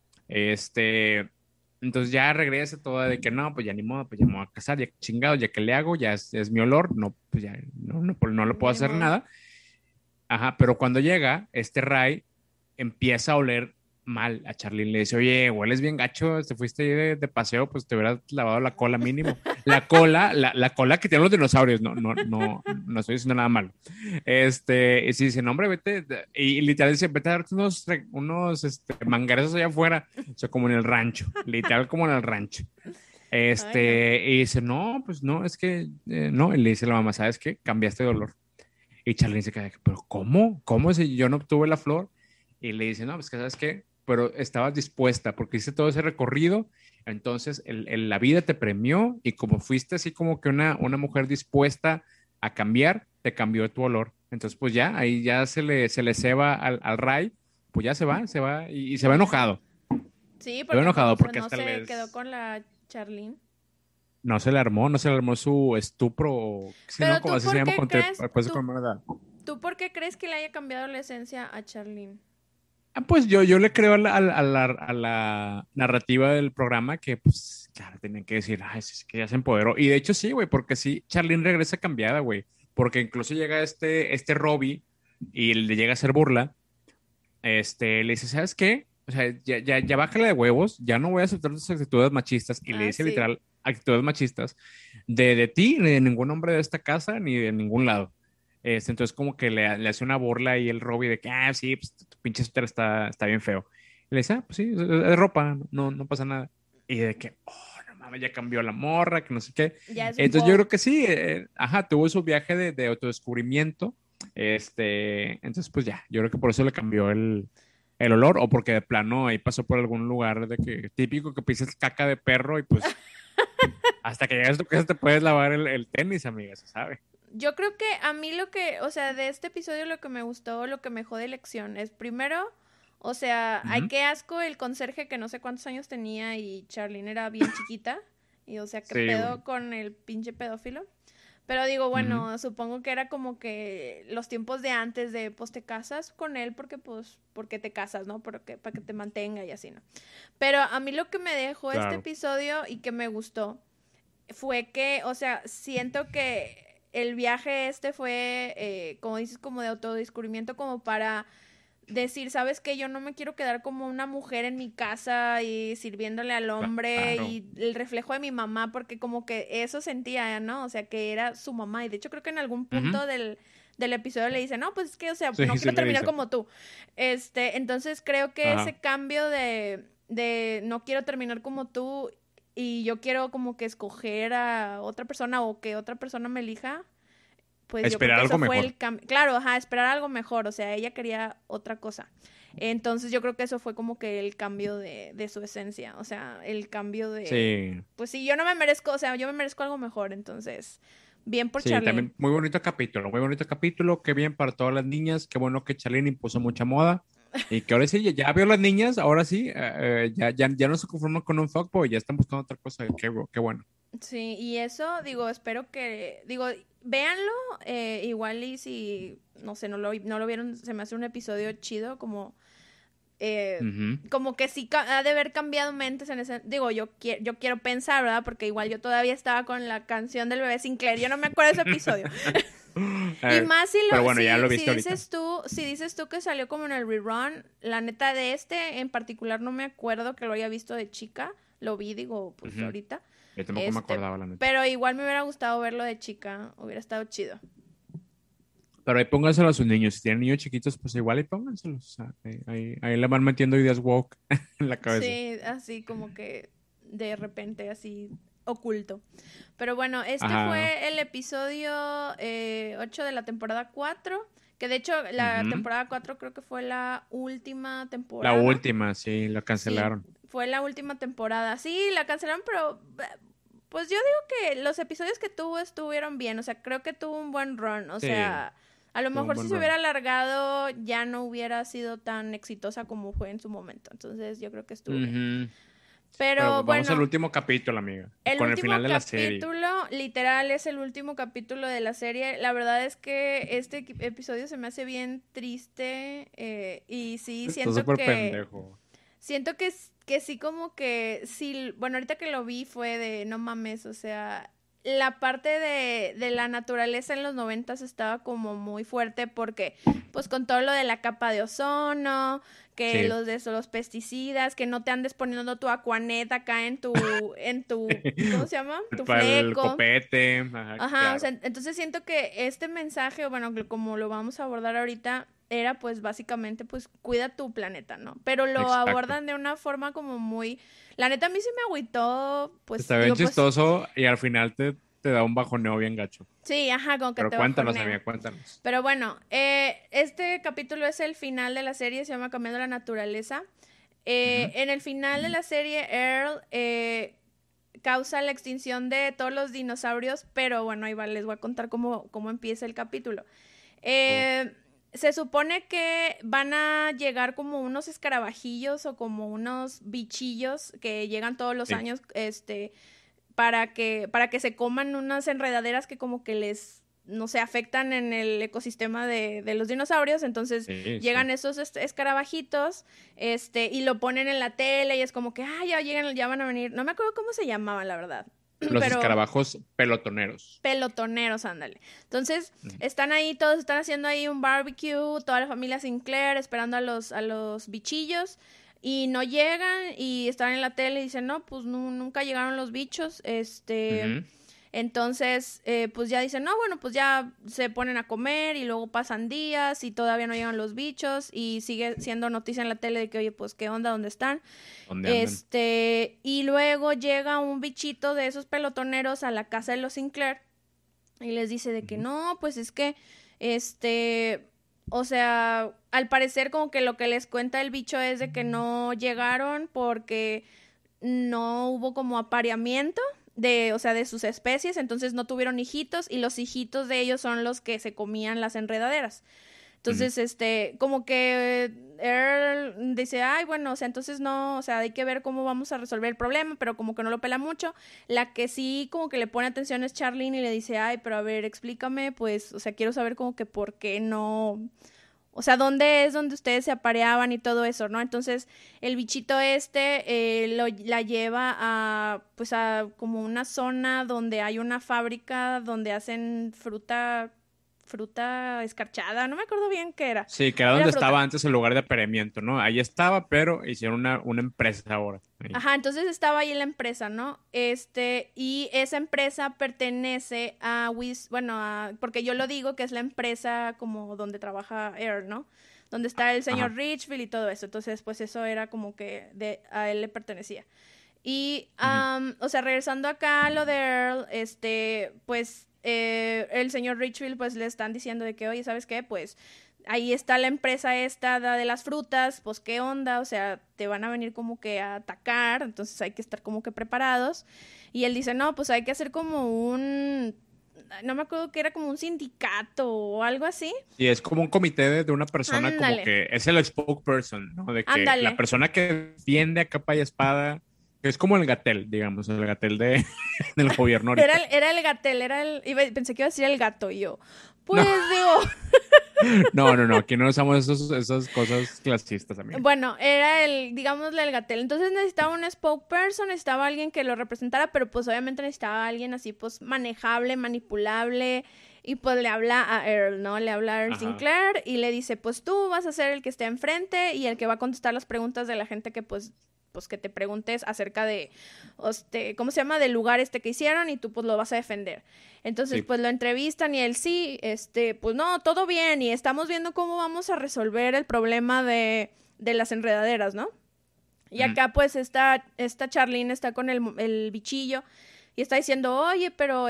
Este, entonces ya regresa toda de que no, pues ya ni modo, pues ya me voy a casar, ya chingado, ya que le hago, ya es mi olor, no, pues ya no le puedo Ni hacer modo. nada. Ajá, pero cuando llega, este Ray empieza a oler mal a Charlene. Le dice, oye, hueles bien gacho, te fuiste ahí de paseo, pues te hubieras lavado la cola mínimo. La cola que tienen los dinosaurios, no estoy diciendo nada malo. Y si dice, no, hombre, vete, y literal dice, vete a darte unos mangaresos allá afuera, o sea, como en el rancho, literal como en el rancho. Ay, no. Y dice, no, pues no, es que, no, y le dice a la mamá, ¿sabes qué? Cambiaste de olor. Y Charlene se queda, pero ¿cómo? ¿Cómo si yo no obtuve la flor? Y le dice, no, pues que sabes qué, pero estabas dispuesta porque hice todo ese recorrido, entonces la vida te premió y como fuiste así como que una mujer dispuesta a cambiar, te cambió tu olor. Entonces, pues ya, ahí ya se le ceba al Ray, pues ya se va y se Y va ya. enojado. Sí, Se va porque enojado pues porque no hasta se quedó les... con la Charlene. No se le armó su estupro, si no, Pero como tú así se por llama, qué crees, después de con menor edad. tú por qué crees que le haya cambiado la esencia a Charlene? Pues yo le creo a la narrativa del programa que, pues, claro, tenían que decir, ay, sí, es que ya se empoderó. Y de hecho sí, güey, porque sí, Charlene regresa cambiada, güey. Porque incluso llega este Robbie y le llega a hacer burla. Le dice, ¿sabes qué? O sea, ya bájale de huevos, ya no voy a aceptar tus actitudes machistas. Y le Ah, dice sí. literal, actitudes machistas de ti, ni de ningún hombre de esta casa, ni de ningún lado. Entonces como que le hace una burla y el Robbie de que, sí, pues tu pinche suéter está bien feo. Y le dice, pues sí, es ropa, no pasa nada. Y de que, no mames, ya cambió la morra, que no sé qué. Ya es un Entonces yo creo Vogue. que sí, ajá, tuvo su viaje de autodescubrimiento. Entonces pues ya, yo creo que por eso le cambió el olor o porque de plano ahí pasó por algún lugar de que típico que pises caca de perro y pues hasta que llegas a tu casa te puedes lavar el tenis, amiga, se sabe. Yo creo que a mí o sea, de este episodio lo que me gustó, lo que me dejó de lección es primero, o sea, ay, Ujú. qué asco el conserje que no sé cuántos años tenía y Charlene era bien chiquita. Y o sea, qué Sí, güey. pedo con el pinche pedófilo. Pero digo, Ujú. bueno, supongo que era como que los tiempos de antes de, pues te casas con él porque te casas, ¿no? Porque, para que te mantenga y así, ¿no? Pero a mí lo que me dejó este Claro. episodio y que me gustó fue que, o sea, siento que el viaje este fue, como dices, como de autodescubrimiento, como para decir, ¿sabes qué? Yo no me quiero quedar como una mujer en mi casa y sirviéndole al hombre Claro. y el reflejo de mi mamá, porque como que eso sentía, ¿no? O sea, que era su mamá. Y de hecho creo que en algún Ujú. punto del episodio le dice, no, pues es que, o sea, Sí, no sí quiero le terminar dice. como tú. Entonces creo que Ajá. ese cambio de no quiero terminar como tú y yo quiero como que escoger a otra persona o que otra persona me elija, pues yo creo Esperar que algo eso fue mejor. el cambio. Claro, ajá, esperar algo mejor. O sea, ella quería otra cosa. Entonces yo creo que eso fue como que el cambio de su esencia. O sea, el cambio de. Sí. Pues sí, yo no me merezco, o sea, yo me merezco algo mejor. Entonces, Bien por Sí, Charlene. también muy bonito capítulo, qué bien para todas las niñas, qué bueno que Charlene impuso mucha moda y que ahora sí, ya vio a las niñas, ahora sí, ya no se conforman con un fuckboy, ya están buscando otra cosa, qué bueno. Sí, y eso, digo, espero que, digo, véanlo, igual y si, no sé, no lo vieron, se me hace un episodio chido, eh, Ujú. como que sí ha de haber cambiado mentes en ese, digo, yo quiero pensar, ¿verdad? Porque igual yo todavía estaba con la canción del bebé Sinclair, yo no me acuerdo de ese episodio. Y más Pero bueno, ya lo si viste ahorita. dices tú que salió como en el rerun, la neta de este en particular no me acuerdo que lo haya visto de chica, lo vi, digo, pues Ujú. ahorita. Yo tampoco me acordaba, la neta. Pero igual me hubiera gustado verlo de chica, hubiera estado chido. Pero ahí pónganselo a sus niños. Si tienen niños chiquitos, pues igual ahí pónganselos. O sea, ahí le van metiendo ideas woke en la cabeza. Sí, así como que de repente, así oculto. Pero bueno, este Ajá. fue el episodio 8 de la temporada 4, que de hecho la Ujú. temporada 4 creo que fue la última La temporada. última, sí, la Sí, cancelaron. fue la última temporada. Sí, la cancelaron, pero pues yo digo que los episodios que tuvo estuvieron bien. O sea, creo que tuvo un buen run. O Sí, sea, a lo tuvo un mejor si buen se hubiera run. alargado ya no hubiera sido tan exitosa como fue en su momento. Entonces yo creo que estuvo bien. Ujú. Pero Pero pues vamos al bueno, último capítulo, amiga. el Con el final último de la serie. capítulo, literal, es el último capítulo de la serie. La verdad es que este episodio se me hace bien triste y sí, Está súper pendejo. siento que sí como que, sí, bueno, ahorita que lo vi fue de, no mames, o sea, la parte de la naturaleza en los 90 estaba como muy fuerte porque, pues con todo lo de la capa de ozono, que Sí. los pesticidas, que no te andes poniendo tu Aquanet acá ¿cómo se llama? Tu Para el fleco. copete. Ajá, Ajá, o sea, claro. entonces siento que este mensaje, bueno, que como lo vamos a abordar ahorita, era pues básicamente pues cuida tu planeta, ¿no? Pero lo Exacto. abordan de una forma como muy... La neta a mí sí me agüitó, pues Está bien digo, pues chistoso y al final te da un bajoneo bien gacho. sí, ajá, como que Pero te cuéntanos, bajonea. amiga, cuéntanos. Pero bueno, este capítulo es el final de la serie, se llama Cambiando la Naturaleza. Ujú. En el final de la serie, Earl causa la extinción de todos los dinosaurios, pero bueno, ahí va, les voy a contar cómo empieza el capítulo. Oh, Eh, Se supone que van a llegar como unos escarabajillos o como unos bichillos que llegan todos los sí, años, para que se coman unas enredaderas que como que les, no sé, afectan en el ecosistema de los dinosaurios. Entonces sí, llegan sí. esos escarabajitos, y lo ponen en la tele y es como que, ah, ya llegan, ya van a venir. No me acuerdo cómo se llamaban, la verdad. Los Pero escarabajos pelotoneros. pelotoneros, ándale. Entonces, Ujú. están ahí, todos están haciendo ahí un barbecue, toda la familia Sinclair esperando a los bichillos y no llegan y están en la tele y dicen, no, pues nunca llegaron los bichos, Ujú. entonces, pues ya dicen, no, bueno, pues ya se ponen a comer y luego pasan días y todavía no llegan los bichos y sigue siendo noticia en la tele de que, oye, pues, ¿qué onda? ¿Dónde están? ¿Dónde andan? Y luego llega un bichito de esos pelotoneros a la casa de los Sinclair y les dice de que Ujú. no, pues es que, o sea, al parecer como que lo que les cuenta el bicho es de que no llegaron porque no hubo como apareamiento o sea, de sus especies, entonces no tuvieron hijitos y los hijitos de ellos son los que se comían las enredaderas. Ujú. Entonces, como que Earl dice, ay, bueno, o sea, entonces no, o sea, hay que ver cómo vamos a resolver el problema, pero como que no lo pela mucho. La que sí como que le pone atención es Charlene y le dice, ay, pero a ver, explícame, pues, o sea, quiero saber como que por qué no, o sea, dónde es donde ustedes se apareaban y todo eso, ¿no? Entonces, el bichito la lleva pues a como una zona donde hay una fábrica donde hacen fruta escarchada, no me acuerdo bien qué era. Sí, que era Era donde fruta. estaba antes el lugar de apareamiento, ¿no? Ahí estaba, pero hicieron una empresa ahora. Ahí. Ajá, entonces estaba ahí la empresa, ¿no? Y esa empresa pertenece a bueno, porque yo lo digo que es la empresa como donde trabaja Air, ¿no? Donde está el señor Ajá. Richfield y todo eso. Entonces, pues eso era como que a él le pertenecía. Y, Ujú. o sea, regresando acá a lo de Earl, pues el señor Richfield, pues le están diciendo de que, oye, ¿sabes qué? Pues ahí está la empresa esta de las frutas, pues qué onda, o sea, te van a venir como que a atacar, entonces hay que estar como que preparados. Y él dice, no, pues hay que hacer como no me acuerdo que era como un sindicato o algo así. Y es como un comité de una persona Ándale. como que es el spokesperson, ¿no? De que Ándale. la persona que defiende a capa y espada, que es como el Gatel, digamos, el Gatel del gobierno ahorita. Era el Gatel, pensé que iba a decir el gato y yo, pues digo... No, aquí no usamos esas cosas clasistas, amigo. Bueno, era digámosle, el Gatel. Entonces necesitaba un spokesperson, necesitaba alguien que lo representara, pero pues obviamente necesitaba alguien así, pues manejable, manipulable. Y pues le habla a Earl, ¿no? Le habla a Earl Sinclair y le dice, pues tú vas a ser el que esté enfrente y el que va a contestar las preguntas de la gente que pues que te preguntes acerca de, ¿cómo se llama? Del lugar que hicieron y tú pues lo vas a defender. Entonces, pues lo entrevistan y él sí, pues no, todo bien y estamos viendo cómo vamos a resolver el problema de las enredaderas, ¿no? Y acá pues esta Charlene está con el bichillo y está diciendo, oye, pero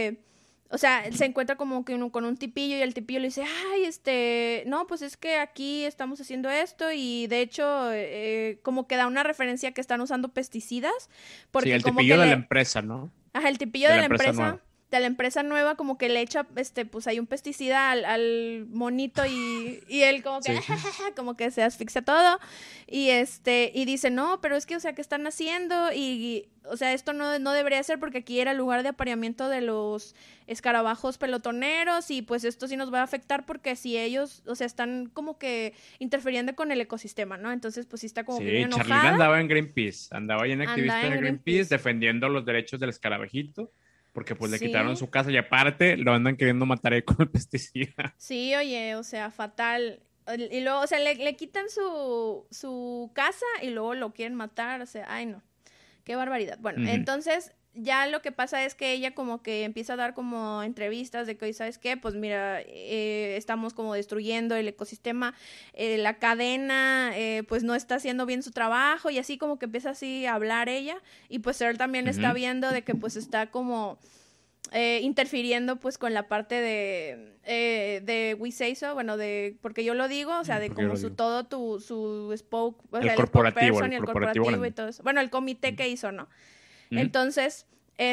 o sea, él se encuentra como que con un tipillo y el tipillo le dice, ay, no, pues es que aquí estamos haciendo esto y de hecho como que da una referencia que están usando pesticidas. Porque sí, el como tipillo que de la empresa, ¿no? Ajá, el tipillo de la empresa nueva. De la empresa nueva como que le echa, pues hay un pesticida al monito y él como que, sí. Como que se asfixia todo y y dice, no, pero es que, o sea, ¿qué están haciendo? Y o sea, esto no debería ser porque aquí era el lugar de apareamiento de los escarabajos pelotoneros y pues esto sí nos va a afectar porque si ellos, o sea, están como que interfiriendo con el ecosistema, ¿no? Entonces, pues sí está como bien enojada. Charlene andaba en Greenpeace, andaba ahí en activista de Greenpeace defendiendo los derechos del escarabajito. Porque pues le quitaron su casa y aparte lo andan queriendo matar ahí con el pesticida. Sí, oye, o sea, fatal. Y luego, o sea, le quitan su casa y luego lo quieren matar. O sea, ay no, qué barbaridad. Bueno, entonces ya lo que pasa es que ella como que empieza a dar como entrevistas de que, ¿sabes qué? Pues mira, estamos como destruyendo el ecosistema, la cadena pues no está haciendo bien su trabajo y así como que empieza así a hablar ella y pues él también está viendo de que pues está como interfiriendo pues con la parte de We Say So, bueno, porque yo lo digo, o sea, de como su spoke, o sea, el corporativo y todo eso. Bueno, el comité que hizo, ¿no? Entonces,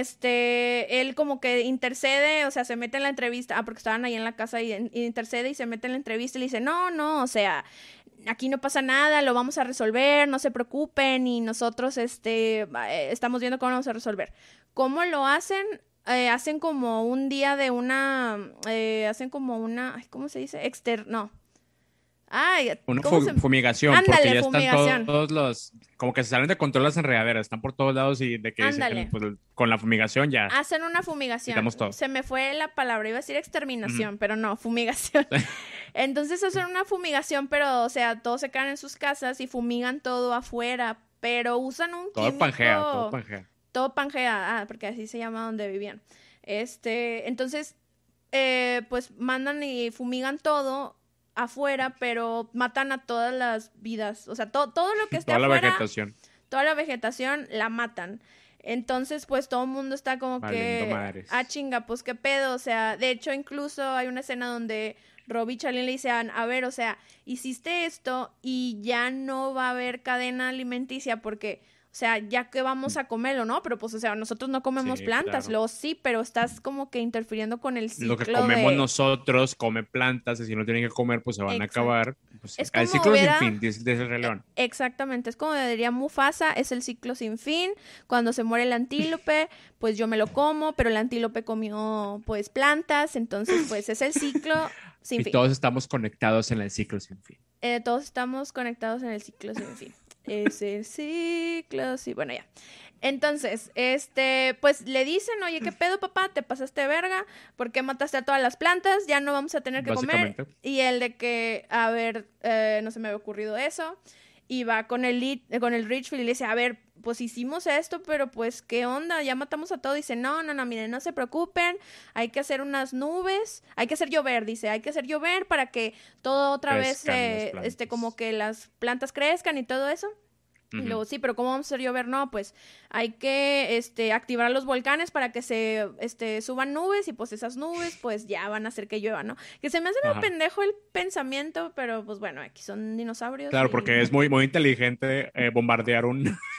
él como que intercede, o sea, se mete en la entrevista, porque estaban ahí en la casa y intercede y se mete en la entrevista y le dice, no, o sea, aquí no pasa nada, lo vamos a resolver, no se preocupen y nosotros, estamos viendo cómo lo vamos a resolver. ¿Cómo lo hacen? Hacen como un día de hacen como una, ¿cómo se dice? No. Una fumigación, ándale, porque ya están todos los, como que se salen de control las enredaderas, están por todos lados y de que dicen, pues, con la fumigación ya. Hacen una fumigación. Se me fue la palabra, iba a decir exterminación, pero no, fumigación. Entonces hacen una fumigación, pero, o sea, todos se quedan en sus casas y fumigan todo afuera, pero usan un todo químico. Todo Pangea, porque así se llama donde vivían. Entonces, pues mandan y fumigan todo afuera, pero matan a todas las vidas, o sea, todo lo que esté afuera, toda la vegetación la matan. Entonces, pues todo el mundo está como que, chinga, pues qué pedo, o sea, de hecho incluso hay una escena donde Robbie y Charlene le dicen, a ver, o sea, hiciste esto y ya no va a haber cadena alimenticia porque, o sea, ya que vamos a comerlo, ¿no? Pero pues, o sea, nosotros no comemos plantas, luego sí, pero estás como que interfiriendo con el ciclo. Lo que comemos nosotros, come plantas, y si no tienen que comer, pues se van a acabar. Pues, es el ciclo sin fin, dice el Rey León. Exactamente, es como diría Mufasa, es el ciclo sin fin. Cuando se muere el antílope, pues yo me lo como, pero el antílope comió, pues, plantas, entonces, pues, es el ciclo sin fin. Y todos estamos conectados en el ciclo sin fin. Todos estamos conectados en el ciclo sin fin. Es el ciclo, sí, bueno, ya. Entonces, pues le dicen, oye, ¿qué pedo, papá? Te pasaste de verga, ¿por qué mataste a todas las plantas? Ya no vamos a tener que comer. Y el de que, a ver, no se me había ocurrido eso. Y va con el Richfield y le dice, a ver, pues hicimos esto, pero pues, ¿qué onda? Ya matamos a todo. Dice, no, miren, no se preocupen, hay que hacer unas nubes, hay que hacer llover, dice, hay que hacer llover para que todo otra vez, como que las plantas crezcan y todo eso. Y luego, sí, pero ¿cómo vamos a hacer llover? No, pues hay que activar los volcanes para que se suban nubes y pues esas nubes pues ya van a hacer que llueva, ¿no? Que se me hace muy pendejo el pensamiento, pero pues bueno, aquí son dinosaurios. Claro, porque es muy, muy inteligente bombardear un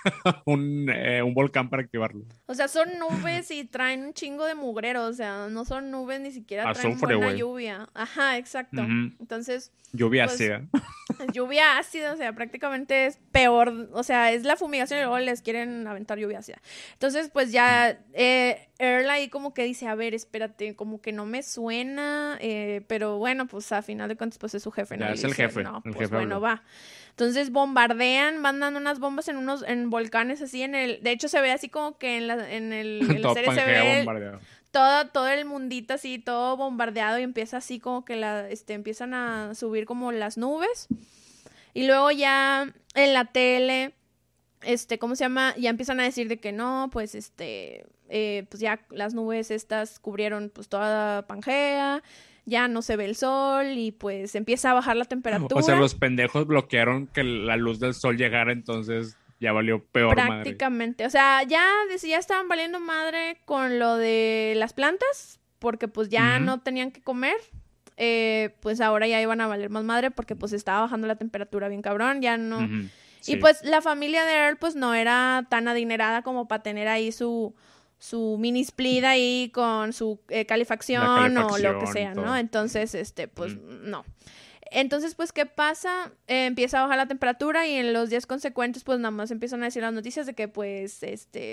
un volcán para activarlo. O sea, son nubes y traen un chingo de mugrero, o sea, no son nubes, ni siquiera traen Azufre, buena güey. lluvia. Ajá, exacto. Ujú. Entonces, Lluvia pues ácida. lluvia ácida, o sea, prácticamente es peor, o sea, es la fumigación y luego les quieren aventar lluvia ácida. Entonces, pues ya Earl ahí como que dice, a ver, espérate, como que no me suena, pero bueno, pues a final de cuentas, pues es su jefe, ¿no? Ya Y es el dice, jefe. no, El pues jefe bueno, habló. va. Entonces bombardean, mandan unas bombas en volcanes así de hecho se ve así como que en la Todo serie se Pangea ve bombardeado. todo el mundito así, todo bombardeado y empieza así como que empiezan a subir como las nubes. Y luego ya en la tele, ¿cómo se llama? Ya empiezan a decir de que no, pues pues ya las nubes estas cubrieron pues toda Pangea, ya no se ve el sol y pues empieza a bajar la O sea, temperatura. los pendejos bloquearon que la luz del sol llegara, entonces ya valió peor madre. Prácticamente. O sea, ya estaban valiendo madre con lo de las plantas, porque pues ya Ujú, no tenían que comer. Pues ahora ya iban a valer más madre porque pues estaba bajando la temperatura bien cabrón, ya no. ujú, Y sí, pues la familia de Earl pues no era tan adinerada como para tener ahí su mini split ahí con su la calefacción o lo que calefacción y sea, ¿no? todo. Entonces, pues Ujú. no. Entonces, pues, ¿qué pasa? Empieza a bajar la temperatura y en los días consecuentes, pues, nada más empiezan a decir las noticias de que, pues,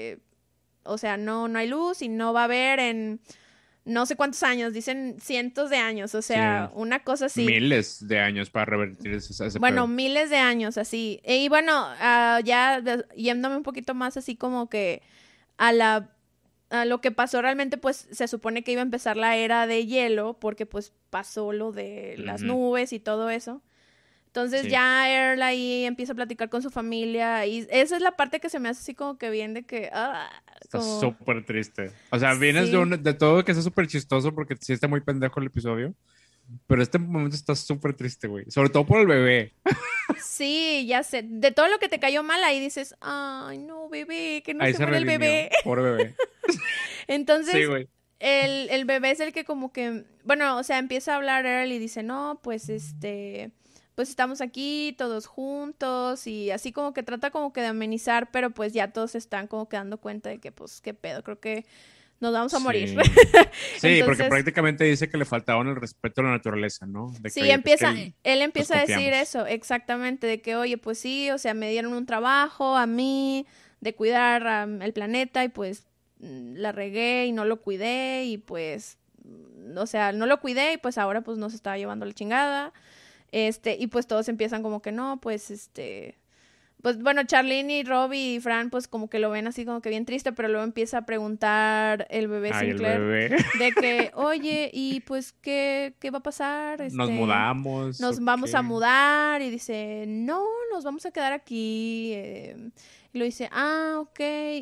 o sea, no hay luz y no va a haber en no sé cuántos años, dicen cientos de años, o sea, Sí, una cosa así. miles de años para revertir ese Bueno, pedo. miles de años así. Y bueno, yéndome un poquito más así como que a a lo que pasó realmente, pues se supone que iba a empezar la era de hielo, porque pues pasó lo de las Ujú, nubes y todo eso. Entonces sí, ya Earl ahí empieza a platicar con su familia y esa es la parte que se me hace así como que bien de que, está como, súper triste. O sea, vienes sí, de todo que está súper chistoso porque sí está muy pendejo el episodio, pero este momento está súper triste, güey. Sobre todo por el bebé. sí, ya sé, de todo lo que te cayó mal ahí dices, ay, no, bebé, que no Ahí se se muere el redimió, bebé. pobre bebé. Sí, Entonces, güey. el bebé es el que como que, bueno, o sea, empieza a hablar Earl y dice, no, pues pues estamos aquí todos juntos y así como que trata como que de amenizar, pero pues ya todos se están como que dando cuenta de que pues qué pedo, creo que nos vamos a morir. Sí. Sí, porque Entonces, prácticamente dice que le faltaban el respeto a la naturaleza, ¿no? De que, sí, oye, pues que él, él nos empieza a decir confiamos. eso, exactamente, de que, oye, pues sí, o sea, me dieron un trabajo a mí de cuidar el planeta y pues la regué y no lo cuidé y pues, o sea, no lo cuidé y pues ahora pues nos estaba llevando la chingada. Y pues todos empiezan como que no, pues pues bueno, Charlene y Robbie y Fran pues como que lo ven así como que bien triste, pero luego empieza a preguntar el bebé Ay, el Sinclair bebé. de que, oye, y pues qué va a pasar? Nos mudamos, Nos ok. vamos a mudar y dice, no, nos vamos a quedar aquí. Y lo dice, ok,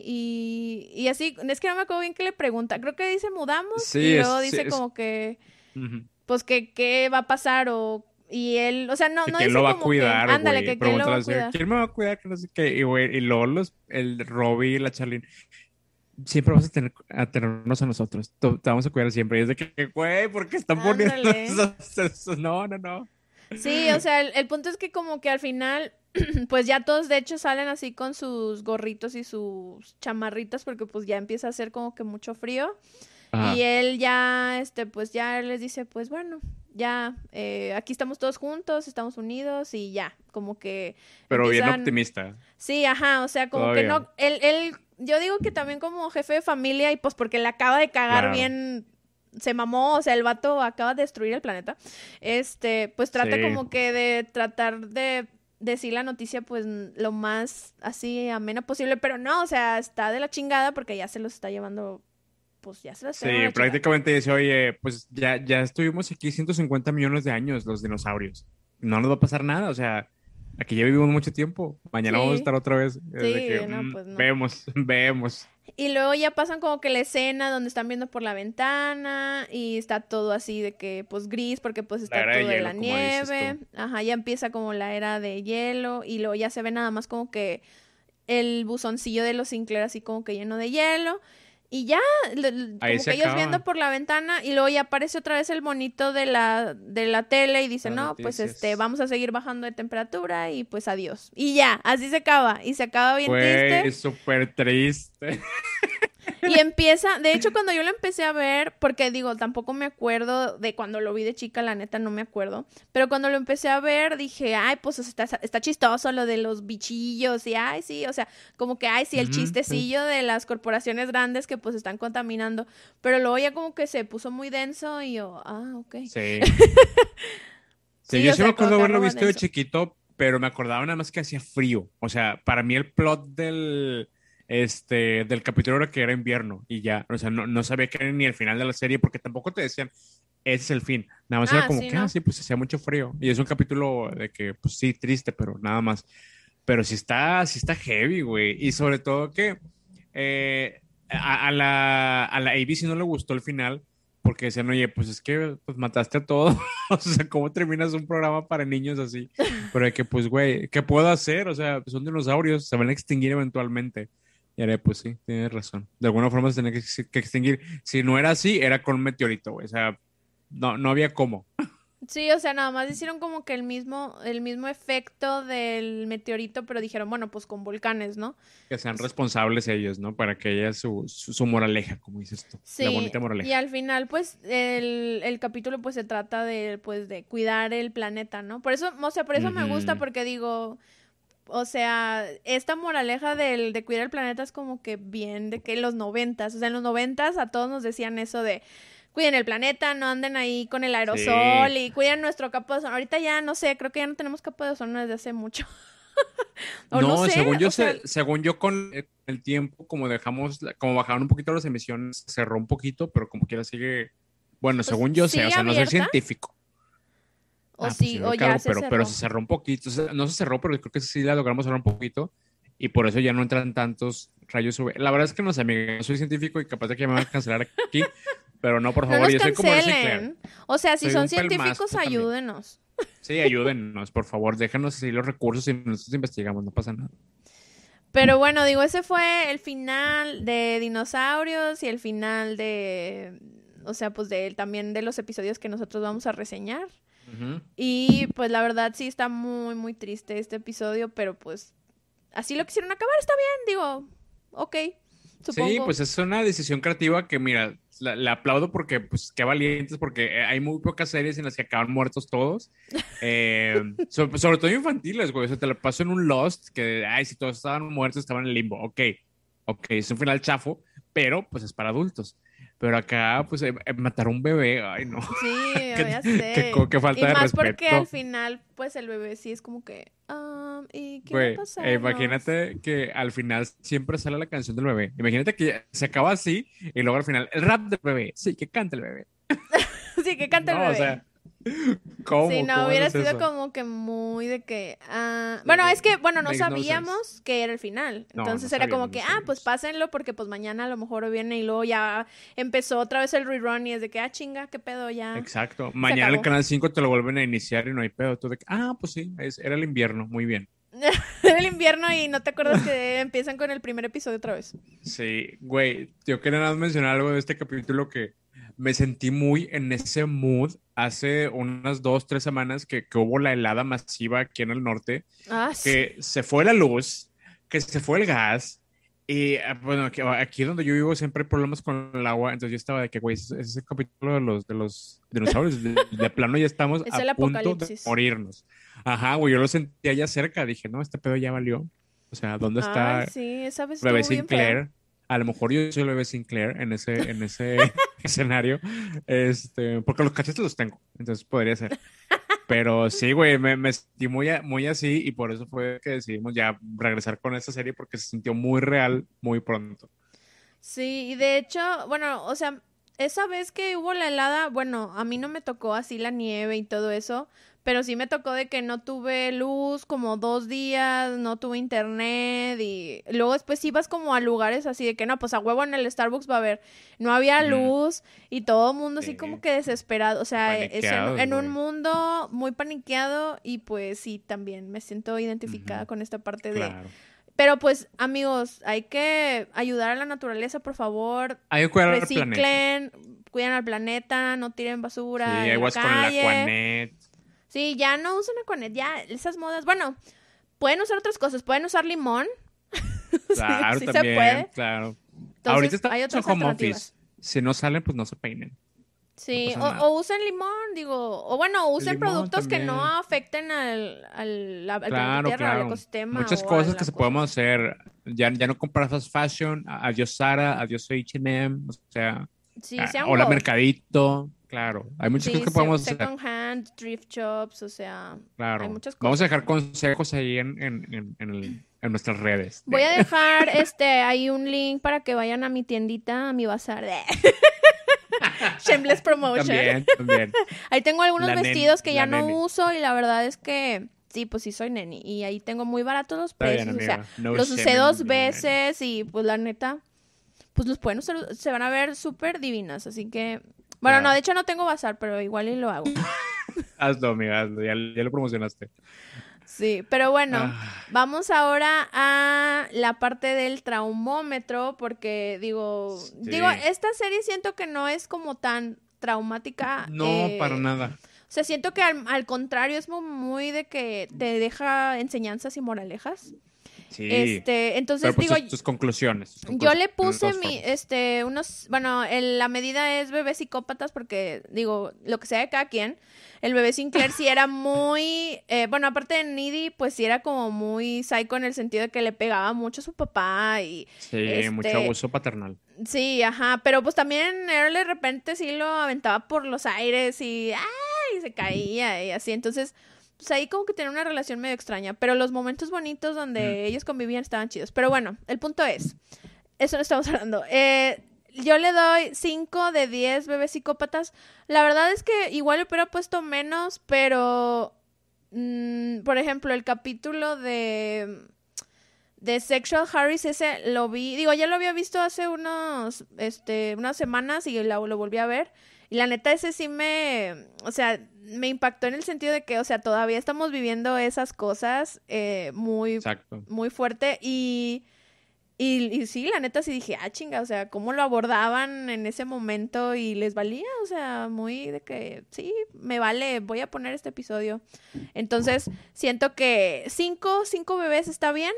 y así, es que no me acuerdo bien que le pregunta, creo que dice mudamos y Sí, luego sí, dice como que ujú. pues que qué va a pasar y él, o sea, De no quién dice lo va a como que, cuidar, ándale, güey. que quién lo va Pregúntale a así, cuidar. ¿quién me va a cuidar? Que no sé qué. Y, güey, y luego el Robbie y la Charlene, siempre vas a tenernos a nosotros. Te vamos a cuidar siempre. Y es de que, güey, ¿por qué están poniendo Ándale. esos? No, no, no. Sí, o sea, el punto es que como que al final, pues ya todos de hecho salen así con sus gorritos y sus chamarritas porque pues ya empieza a hacer como que mucho frío. Y Ajá. él ya, pues ya les dice, pues bueno, ya, aquí estamos todos juntos, estamos unidos y ya, como que Pero bien empiezan. optimista, Sí, ajá, o sea, como que todavía. no, yo digo que también como jefe de familia y pues porque le acaba de cagar Claro. bien, se mamó, o sea, el vato acaba de destruir el planeta, pues trata Sí. como que de tratar de decir la noticia pues lo más así amena posible, pero no, o sea, está de la chingada porque ya se los está llevando, pues ya se los está llevando Sí, la chingada. prácticamente dice, oye, pues ya estuvimos aquí 150 millones de años, los dinosaurios. No nos va a pasar nada, o sea, aquí ya vivimos mucho tiempo. Mañana vamos a Sí, estar otra vez. Es de sí, que no, pues no. vemos, vemos. Y luego ya pasan como que la escena donde están viendo por la ventana y está todo así de que pues gris porque pues La está era de todo de la hielo, como dices nieve. tú. Ajá, ya empieza como la era de hielo y luego ya se ve nada más como que el buzoncillo de los Sinclair así como que lleno de hielo. Y ya, Ahí como se que ellos acaba. viendo por la ventana y luego ya aparece otra vez el monito de la tele y dice, Las no, pues noticias. vamos a seguir bajando de temperatura y pues adiós. Y ya, así se acaba. Y se acaba bien triste. Fue súper triste. Y empieza, de hecho, cuando yo lo empecé a ver, porque digo, tampoco me acuerdo de cuando lo vi de chica, la neta no me acuerdo, pero cuando lo empecé a ver dije, ay, pues está chistoso lo de los bichillos y ay, sí, o sea, como que, ay, sí, el Ujú, sí. chistecillo de las corporaciones grandes que pues están contaminando, pero luego ya como que se puso muy denso y yo, ah, ok. Sí. Sí, Sí, yo o sí me sea, como acuerdo que haberlo arroba visto de denso. chiquito, pero me acordaba nada más que hacía frío. O sea, para mí el plot del capítulo era que era invierno y ya. O sea, no sabía que era ni el final de la serie porque tampoco te decían, ese es el fin. Nada más era Ah, como sí, que, no. sí, pues hacía mucho frío. Y es un capítulo de que, pues sí, triste, pero nada más. Pero sí está heavy, güey. Y sobre todo que a la ABC no le gustó el final porque decían, oye, pues es que pues mataste a todos. O sea, ¿cómo terminas un programa para niños así? Pero de que, pues, güey, ¿qué puedo hacer? O sea, son dinosaurios, se van a extinguir eventualmente. Y haré, pues sí, tienes razón. De alguna forma se tenía que extinguir. Si no era así, era con un meteorito, güey. O sea, no había cómo. Sí, o sea, nada más hicieron como que el mismo efecto del meteorito, pero dijeron, bueno, pues con volcanes, ¿no? Que sean responsables ellos, ¿no? Para que haya su moraleja, como dices tú. La Sí, bonita y moraleja. al final, pues, el capítulo, pues, se trata pues, de cuidar el planeta, ¿no? Por eso, o sea, por eso me gusta, Ujú. porque digo, o sea, esta moraleja de cuidar el planeta es como que bien de que en los 90s, o sea, en los 90s a todos nos decían eso de cuiden el planeta, no anden ahí con el aerosol Sí. y cuiden nuestro capa de ozono. Ahorita ya, no sé, creo que ya no tenemos capa de ozono desde hace mucho. O no No, sé, según yo, o sea, según yo con el tiempo, como dejamos, como bajaron un poquito las emisiones, cerró un poquito, pero como quiera sigue, bueno, pues según yo sé, o sigue sea, no soy abierta científico. o Pues sí, yo o creo que ya algo, se pero cerró. se cerró un poquito. O sea, no se cerró, pero creo que sí la logramos cerrar un poquito. Y por eso ya no entran tantos rayos UV. La verdad es que no sé, amiga, no soy científico y capaz de que me van a cancelar aquí, pero no, por No favor, nos yo soy como Buzz Sinclair. cancelen. O sea, si Soy son un pel más, científicos, tú también. ayúdenos. Sí, ayúdennos, por favor, déjanos así los recursos y nosotros investigamos, no pasa nada. Pero bueno, digo, ese fue el final de Dinosaurios y el final o sea, pues también de los episodios que nosotros vamos a reseñar. Ujú. Y pues la verdad sí está muy, muy triste este episodio, pero pues así lo quisieron acabar, está bien, digo, ok, Sí, supongo. pues es una decisión creativa que, mira, la aplaudo porque, pues, qué valientes, porque hay muy pocas series en las que acaban muertos todos. Sobre todo infantiles, güey. O sea, te lo paso en un Lost, que, ay, si todos estaban muertos, estaban en el limbo. Ok, es un final chafo, pero, pues, es para adultos. Pero acá, pues, matar a un bebé, ay, no. Sí, qué, ya sé. qué Y falta de más porque al respeto. final, pues el bebé sí es como que, ¿y qué va a Güey, pasarnos? imagínate que al final siempre sale la canción del bebé. Imagínate que se acaba así y luego al final el rap del bebé. Sí, que canta el bebé. Sí, que canta el No, o bebé. sea, Sí, ¿cómo? no, ¿Cómo hubiera haces sido eso? como que muy de que... Bueno, es Sí, que, bueno, no makes no sense. sabíamos que era el final. No Entonces era como sabíamos, no que, pues sabíamos. pásenlo porque pues mañana a lo mejor viene y luego ya empezó otra vez el rerun y es de que, chinga, qué pedo, ya Exacto. se Mañana el acabó. canal 5 te lo vuelven a iniciar y no hay pedo. Tú de que, pues sí, era el invierno. Muy bien. Era el invierno y no te acuerdas que empiezan con el primer episodio otra vez. Sí, güey, yo quería nada más mencionar algo de este capítulo que me sentí muy en ese mood hace unas 2, 3 semanas que hubo la helada masiva aquí en el norte, Ah, sí. que se fue la luz, que se fue el gas, y bueno, aquí donde yo vivo siempre hay problemas con el agua, entonces yo estaba de que, güey, ese capítulo de los dinosaurios, de plano ya estamos Es a el punto de apocalipsis. morirnos. Ajá, güey, yo lo sentía allá cerca, dije, no, este pedo ya valió. O sea, ¿dónde Ay, está sí, esa vez Bebé estuvo bien feo. Sinclair? A lo mejor yo soy el Bebé Sinclair en ese escenario, porque los cachetes los tengo, entonces podría ser. Pero sí, güey, me sentí muy así y por eso fue que decidimos ya regresar con esta serie porque se sintió muy real muy pronto. Sí, y de hecho, bueno, o sea, esa vez que hubo la helada, bueno, a mí no me tocó así la nieve y todo eso, pero sí me tocó de que no tuve luz como 2 días, no tuve internet y luego después ibas como a lugares así de que no, pues a huevo en el Starbucks va a haber, no había Ujú. luz y todo el mundo así como Sí, que desesperado, o sea, es en, paniqueados, en un güey. mundo muy paniqueado y pues sí, también me siento identificada Ujú. con esta parte de Claro. Pero pues, amigos, hay que ayudar a la naturaleza, por favor. Hay que cuidar al planeta. Reciclen, cuiden al planeta, no tiren basura Sí, en la aguas con el calle. Aquanet. Sí, ya no usen Aquanet, ya esas modas. Bueno, pueden usar otras cosas, pueden usar limón. Claro, sí también, se puede. claro. Entonces, Ahorita estamos hay en otras home alternativas. office. Si no salen, pues no se peinen. Sí, No pasa nada. o usen limón, digo, o bueno, usen Limón productos que no también. afecten al planeta Claro, Tierra, al claro. ecosistema. Muchas o a cosas la que se cosa. podemos hacer. Ya no comprar fast fashion. Adiós Sara, adiós H&M. O sea, Sí, sean hola woke. Mercadito. Claro, hay muchas Sí, cosas que podemos hacer. second hand, thrift shops, o sea, hay Claro. muchas Vamos a cosas. dejar consejos ahí en nuestras redes. Voy a dejar ahí un link para que vayan a mi tiendita, a mi bazar. Shameless promotion. También. Ahí tengo algunos vestidos que ya no neni. uso y la verdad es que sí, pues sí soy neni. Y ahí tengo muy baratos los Está bien, precios. O sea, amiga. No los shame usé in 2 being neni. veces y pues la neta, pues los pueden usar, se van a ver súper divinas. Así que, bueno, Claro. no, de hecho no tengo bazar, pero igual y lo hago. Hazlo, amiga, hazlo. Ya lo promocionaste. Sí, pero bueno, Ah, vamos ahora a la parte del traumómetro, porque digo, sí. esta serie siento que no es como tan traumática. No, para nada. O sea, siento que al contrario es muy de que te deja enseñanzas y moralejas. Sí. Entonces Pero pues digo, tus conclusiones. yo le puse dos formas. bueno, la medida es bebés psicópatas porque, digo, lo que sea de cada quien, el bebé Sinclair sí era muy, bueno, aparte de needy, pues sí era como muy psycho en el sentido de que le pegaba mucho a su papá y, Sí, mucho abuso paternal. sí, ajá, pero pues también él de repente sí lo aventaba por los aires y, ¡ay! Se caía y así, entonces pues ahí como que tenía una relación medio extraña, pero los momentos bonitos donde ellos convivían estaban chidos. Pero bueno, el punto es, eso no estamos hablando. Yo le doy 5 de 10 bebés psicópatas. La verdad es que igual le hubiera puesto menos, pero por ejemplo, el capítulo de Sexual Harris, ese lo vi, digo, ya lo había visto hace unas semanas y lo volví a ver. Y la neta ese sí o sea, me impactó en el sentido de que, o sea, todavía estamos viviendo esas cosas muy, Exacto. muy fuerte y sí, la neta sí dije, chinga, o sea, cómo lo abordaban en ese momento y les valía, o sea, muy de que, sí, me vale, voy a poner este episodio. Entonces, siento que 5 bebés está bien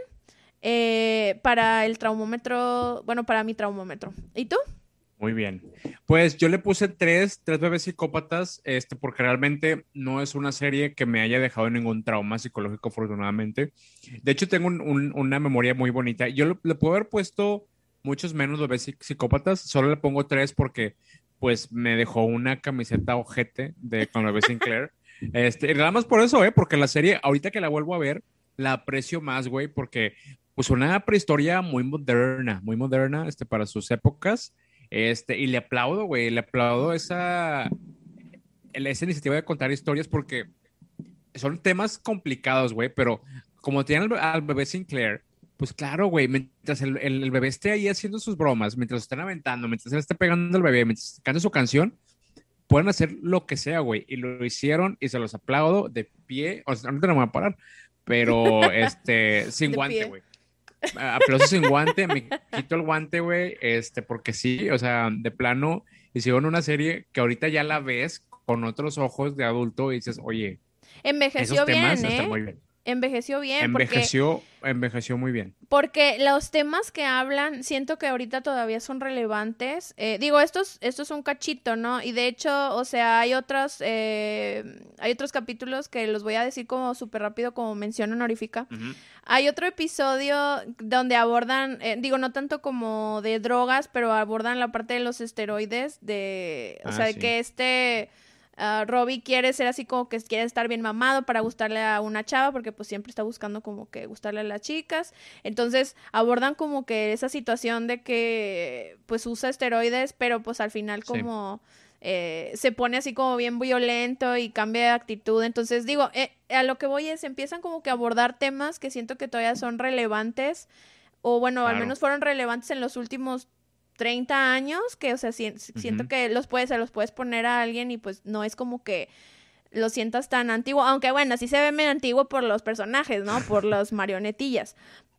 para el traumómetro, bueno, para mi traumómetro. ¿Y tú? Muy bien. Pues yo le puse tres bebés psicópatas, porque realmente no es una serie que me haya dejado ningún trauma psicológico, afortunadamente. De hecho, tengo una memoria muy bonita. Yo le puedo haber puesto muchos menos bebés psicópatas, solo le pongo 3 porque pues me dejó una camiseta ojete con bebé Sinclair. Y nada más por eso, porque la serie, ahorita que la vuelvo a ver, la aprecio más, güey, porque pues una prehistoria muy moderna, para sus épocas. Y le aplaudo, güey, esa iniciativa de contar historias porque son temas complicados, güey, pero como tienen al bebé Sinclair, pues claro, güey, mientras el bebé esté ahí haciendo sus bromas, mientras lo están aventando, mientras él esté pegando al bebé, mientras canta su canción, pueden hacer lo que sea, güey, y lo hicieron y se los aplaudo de pie, o sea, no te lo voy a parar, pero sin De guante, pie. güey. Aplausos sin guante, me quito el guante, güey, porque sí, o sea, de plano, hicieron una serie que ahorita ya la ves con otros ojos de adulto y dices, oye, Envejeció esos bien, temas están muy bien. Envejeció bien Envejeció muy bien. porque los temas que hablan siento que ahorita todavía son relevantes. Digo, esto es un cachito, ¿no? Y de hecho, o sea, hay otros capítulos que los voy a decir como súper rápido, como mención honorífica. Uh-huh. Hay otro episodio donde abordan, digo, no tanto como de drogas, pero abordan la parte de los esteroides, o sea, de sí. que Robbie quiere ser así como que quiere estar bien mamado para gustarle a una chava, porque pues siempre está buscando como que gustarle a las chicas. Entonces abordan como que esa situación de que pues usa esteroides, pero pues al final como se pone así como bien violento y cambia de actitud. Entonces digo, a lo que voy es, empiezan como que a abordar temas que siento que todavía son relevantes, o bueno, Claro. al menos fueron relevantes en los últimos 30 años, que, o sea, siento que se los puedes poner a alguien y pues no es como que lo sientas tan antiguo, aunque bueno, sí se ve medio antiguo por los personajes, ¿no? Por las marionetillas.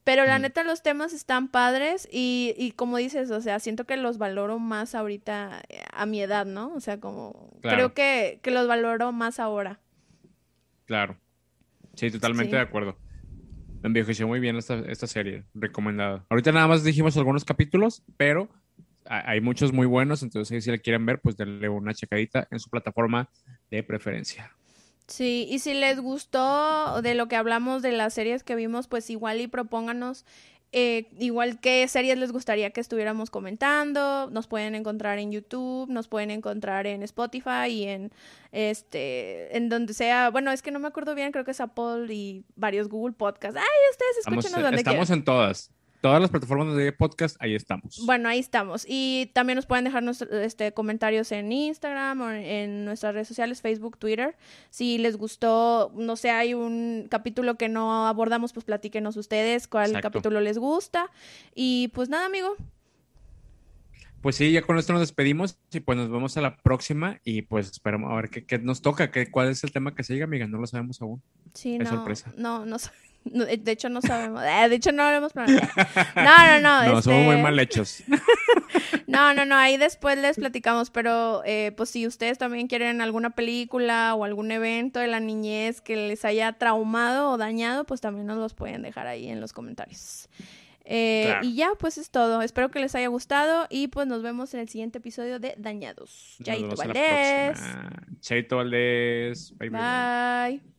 Pero la neta los temas están padres y como dices, o sea, siento que los valoro más ahorita a mi edad, ¿no? O sea, como creo Claro, que los valoro más ahora. claro. Sí, totalmente de Sí. acuerdo. Envejeció muy bien esta serie, recomendada. Ahorita nada más dijimos algunos capítulos, pero hay muchos muy buenos, entonces ahí si la quieren ver, pues denle una checadita en su plataforma de preferencia. Sí, y si les gustó de lo que hablamos de las series que vimos, pues igual y propónganos igual qué series les gustaría que estuviéramos comentando. Nos pueden encontrar en YouTube, nos pueden encontrar en Spotify y en donde sea. Bueno, es que no me acuerdo bien, creo que es Apple y varios Google Podcasts. Ay, ustedes escúchenos donde Estamos quieran. en todas. Todas las plataformas de podcast, ahí estamos. Bueno, ahí estamos. Y también nos pueden dejar comentarios en Instagram o en nuestras redes sociales, Facebook, Twitter. Si les gustó, no sé, hay un capítulo que no abordamos, pues platíquenos ustedes cuál Exacto. capítulo les gusta. Y pues nada, amigo. Pues sí, ya con esto nos despedimos y pues nos vemos a la próxima y pues esperamos a ver qué nos toca, cuál es el tema que sigue, amiga, no lo sabemos aún. Sí, Es no, sorpresa. no, no, de hecho no sabemos. De hecho no lo hemos planeado. No, no, no, No, somos muy mal hechos. No, no, no, ahí después les platicamos, pero pues si ustedes también quieren alguna película o algún evento de la niñez que les haya traumado o dañado, pues también nos los pueden dejar ahí en los comentarios. Claro. Y ya, pues es todo. Espero que les haya gustado y pues nos vemos en el siguiente episodio de Dañados. Nos Chaito vemos a la Valdés. próxima. Chaito Valdés. Bye, bye, bye. Bye.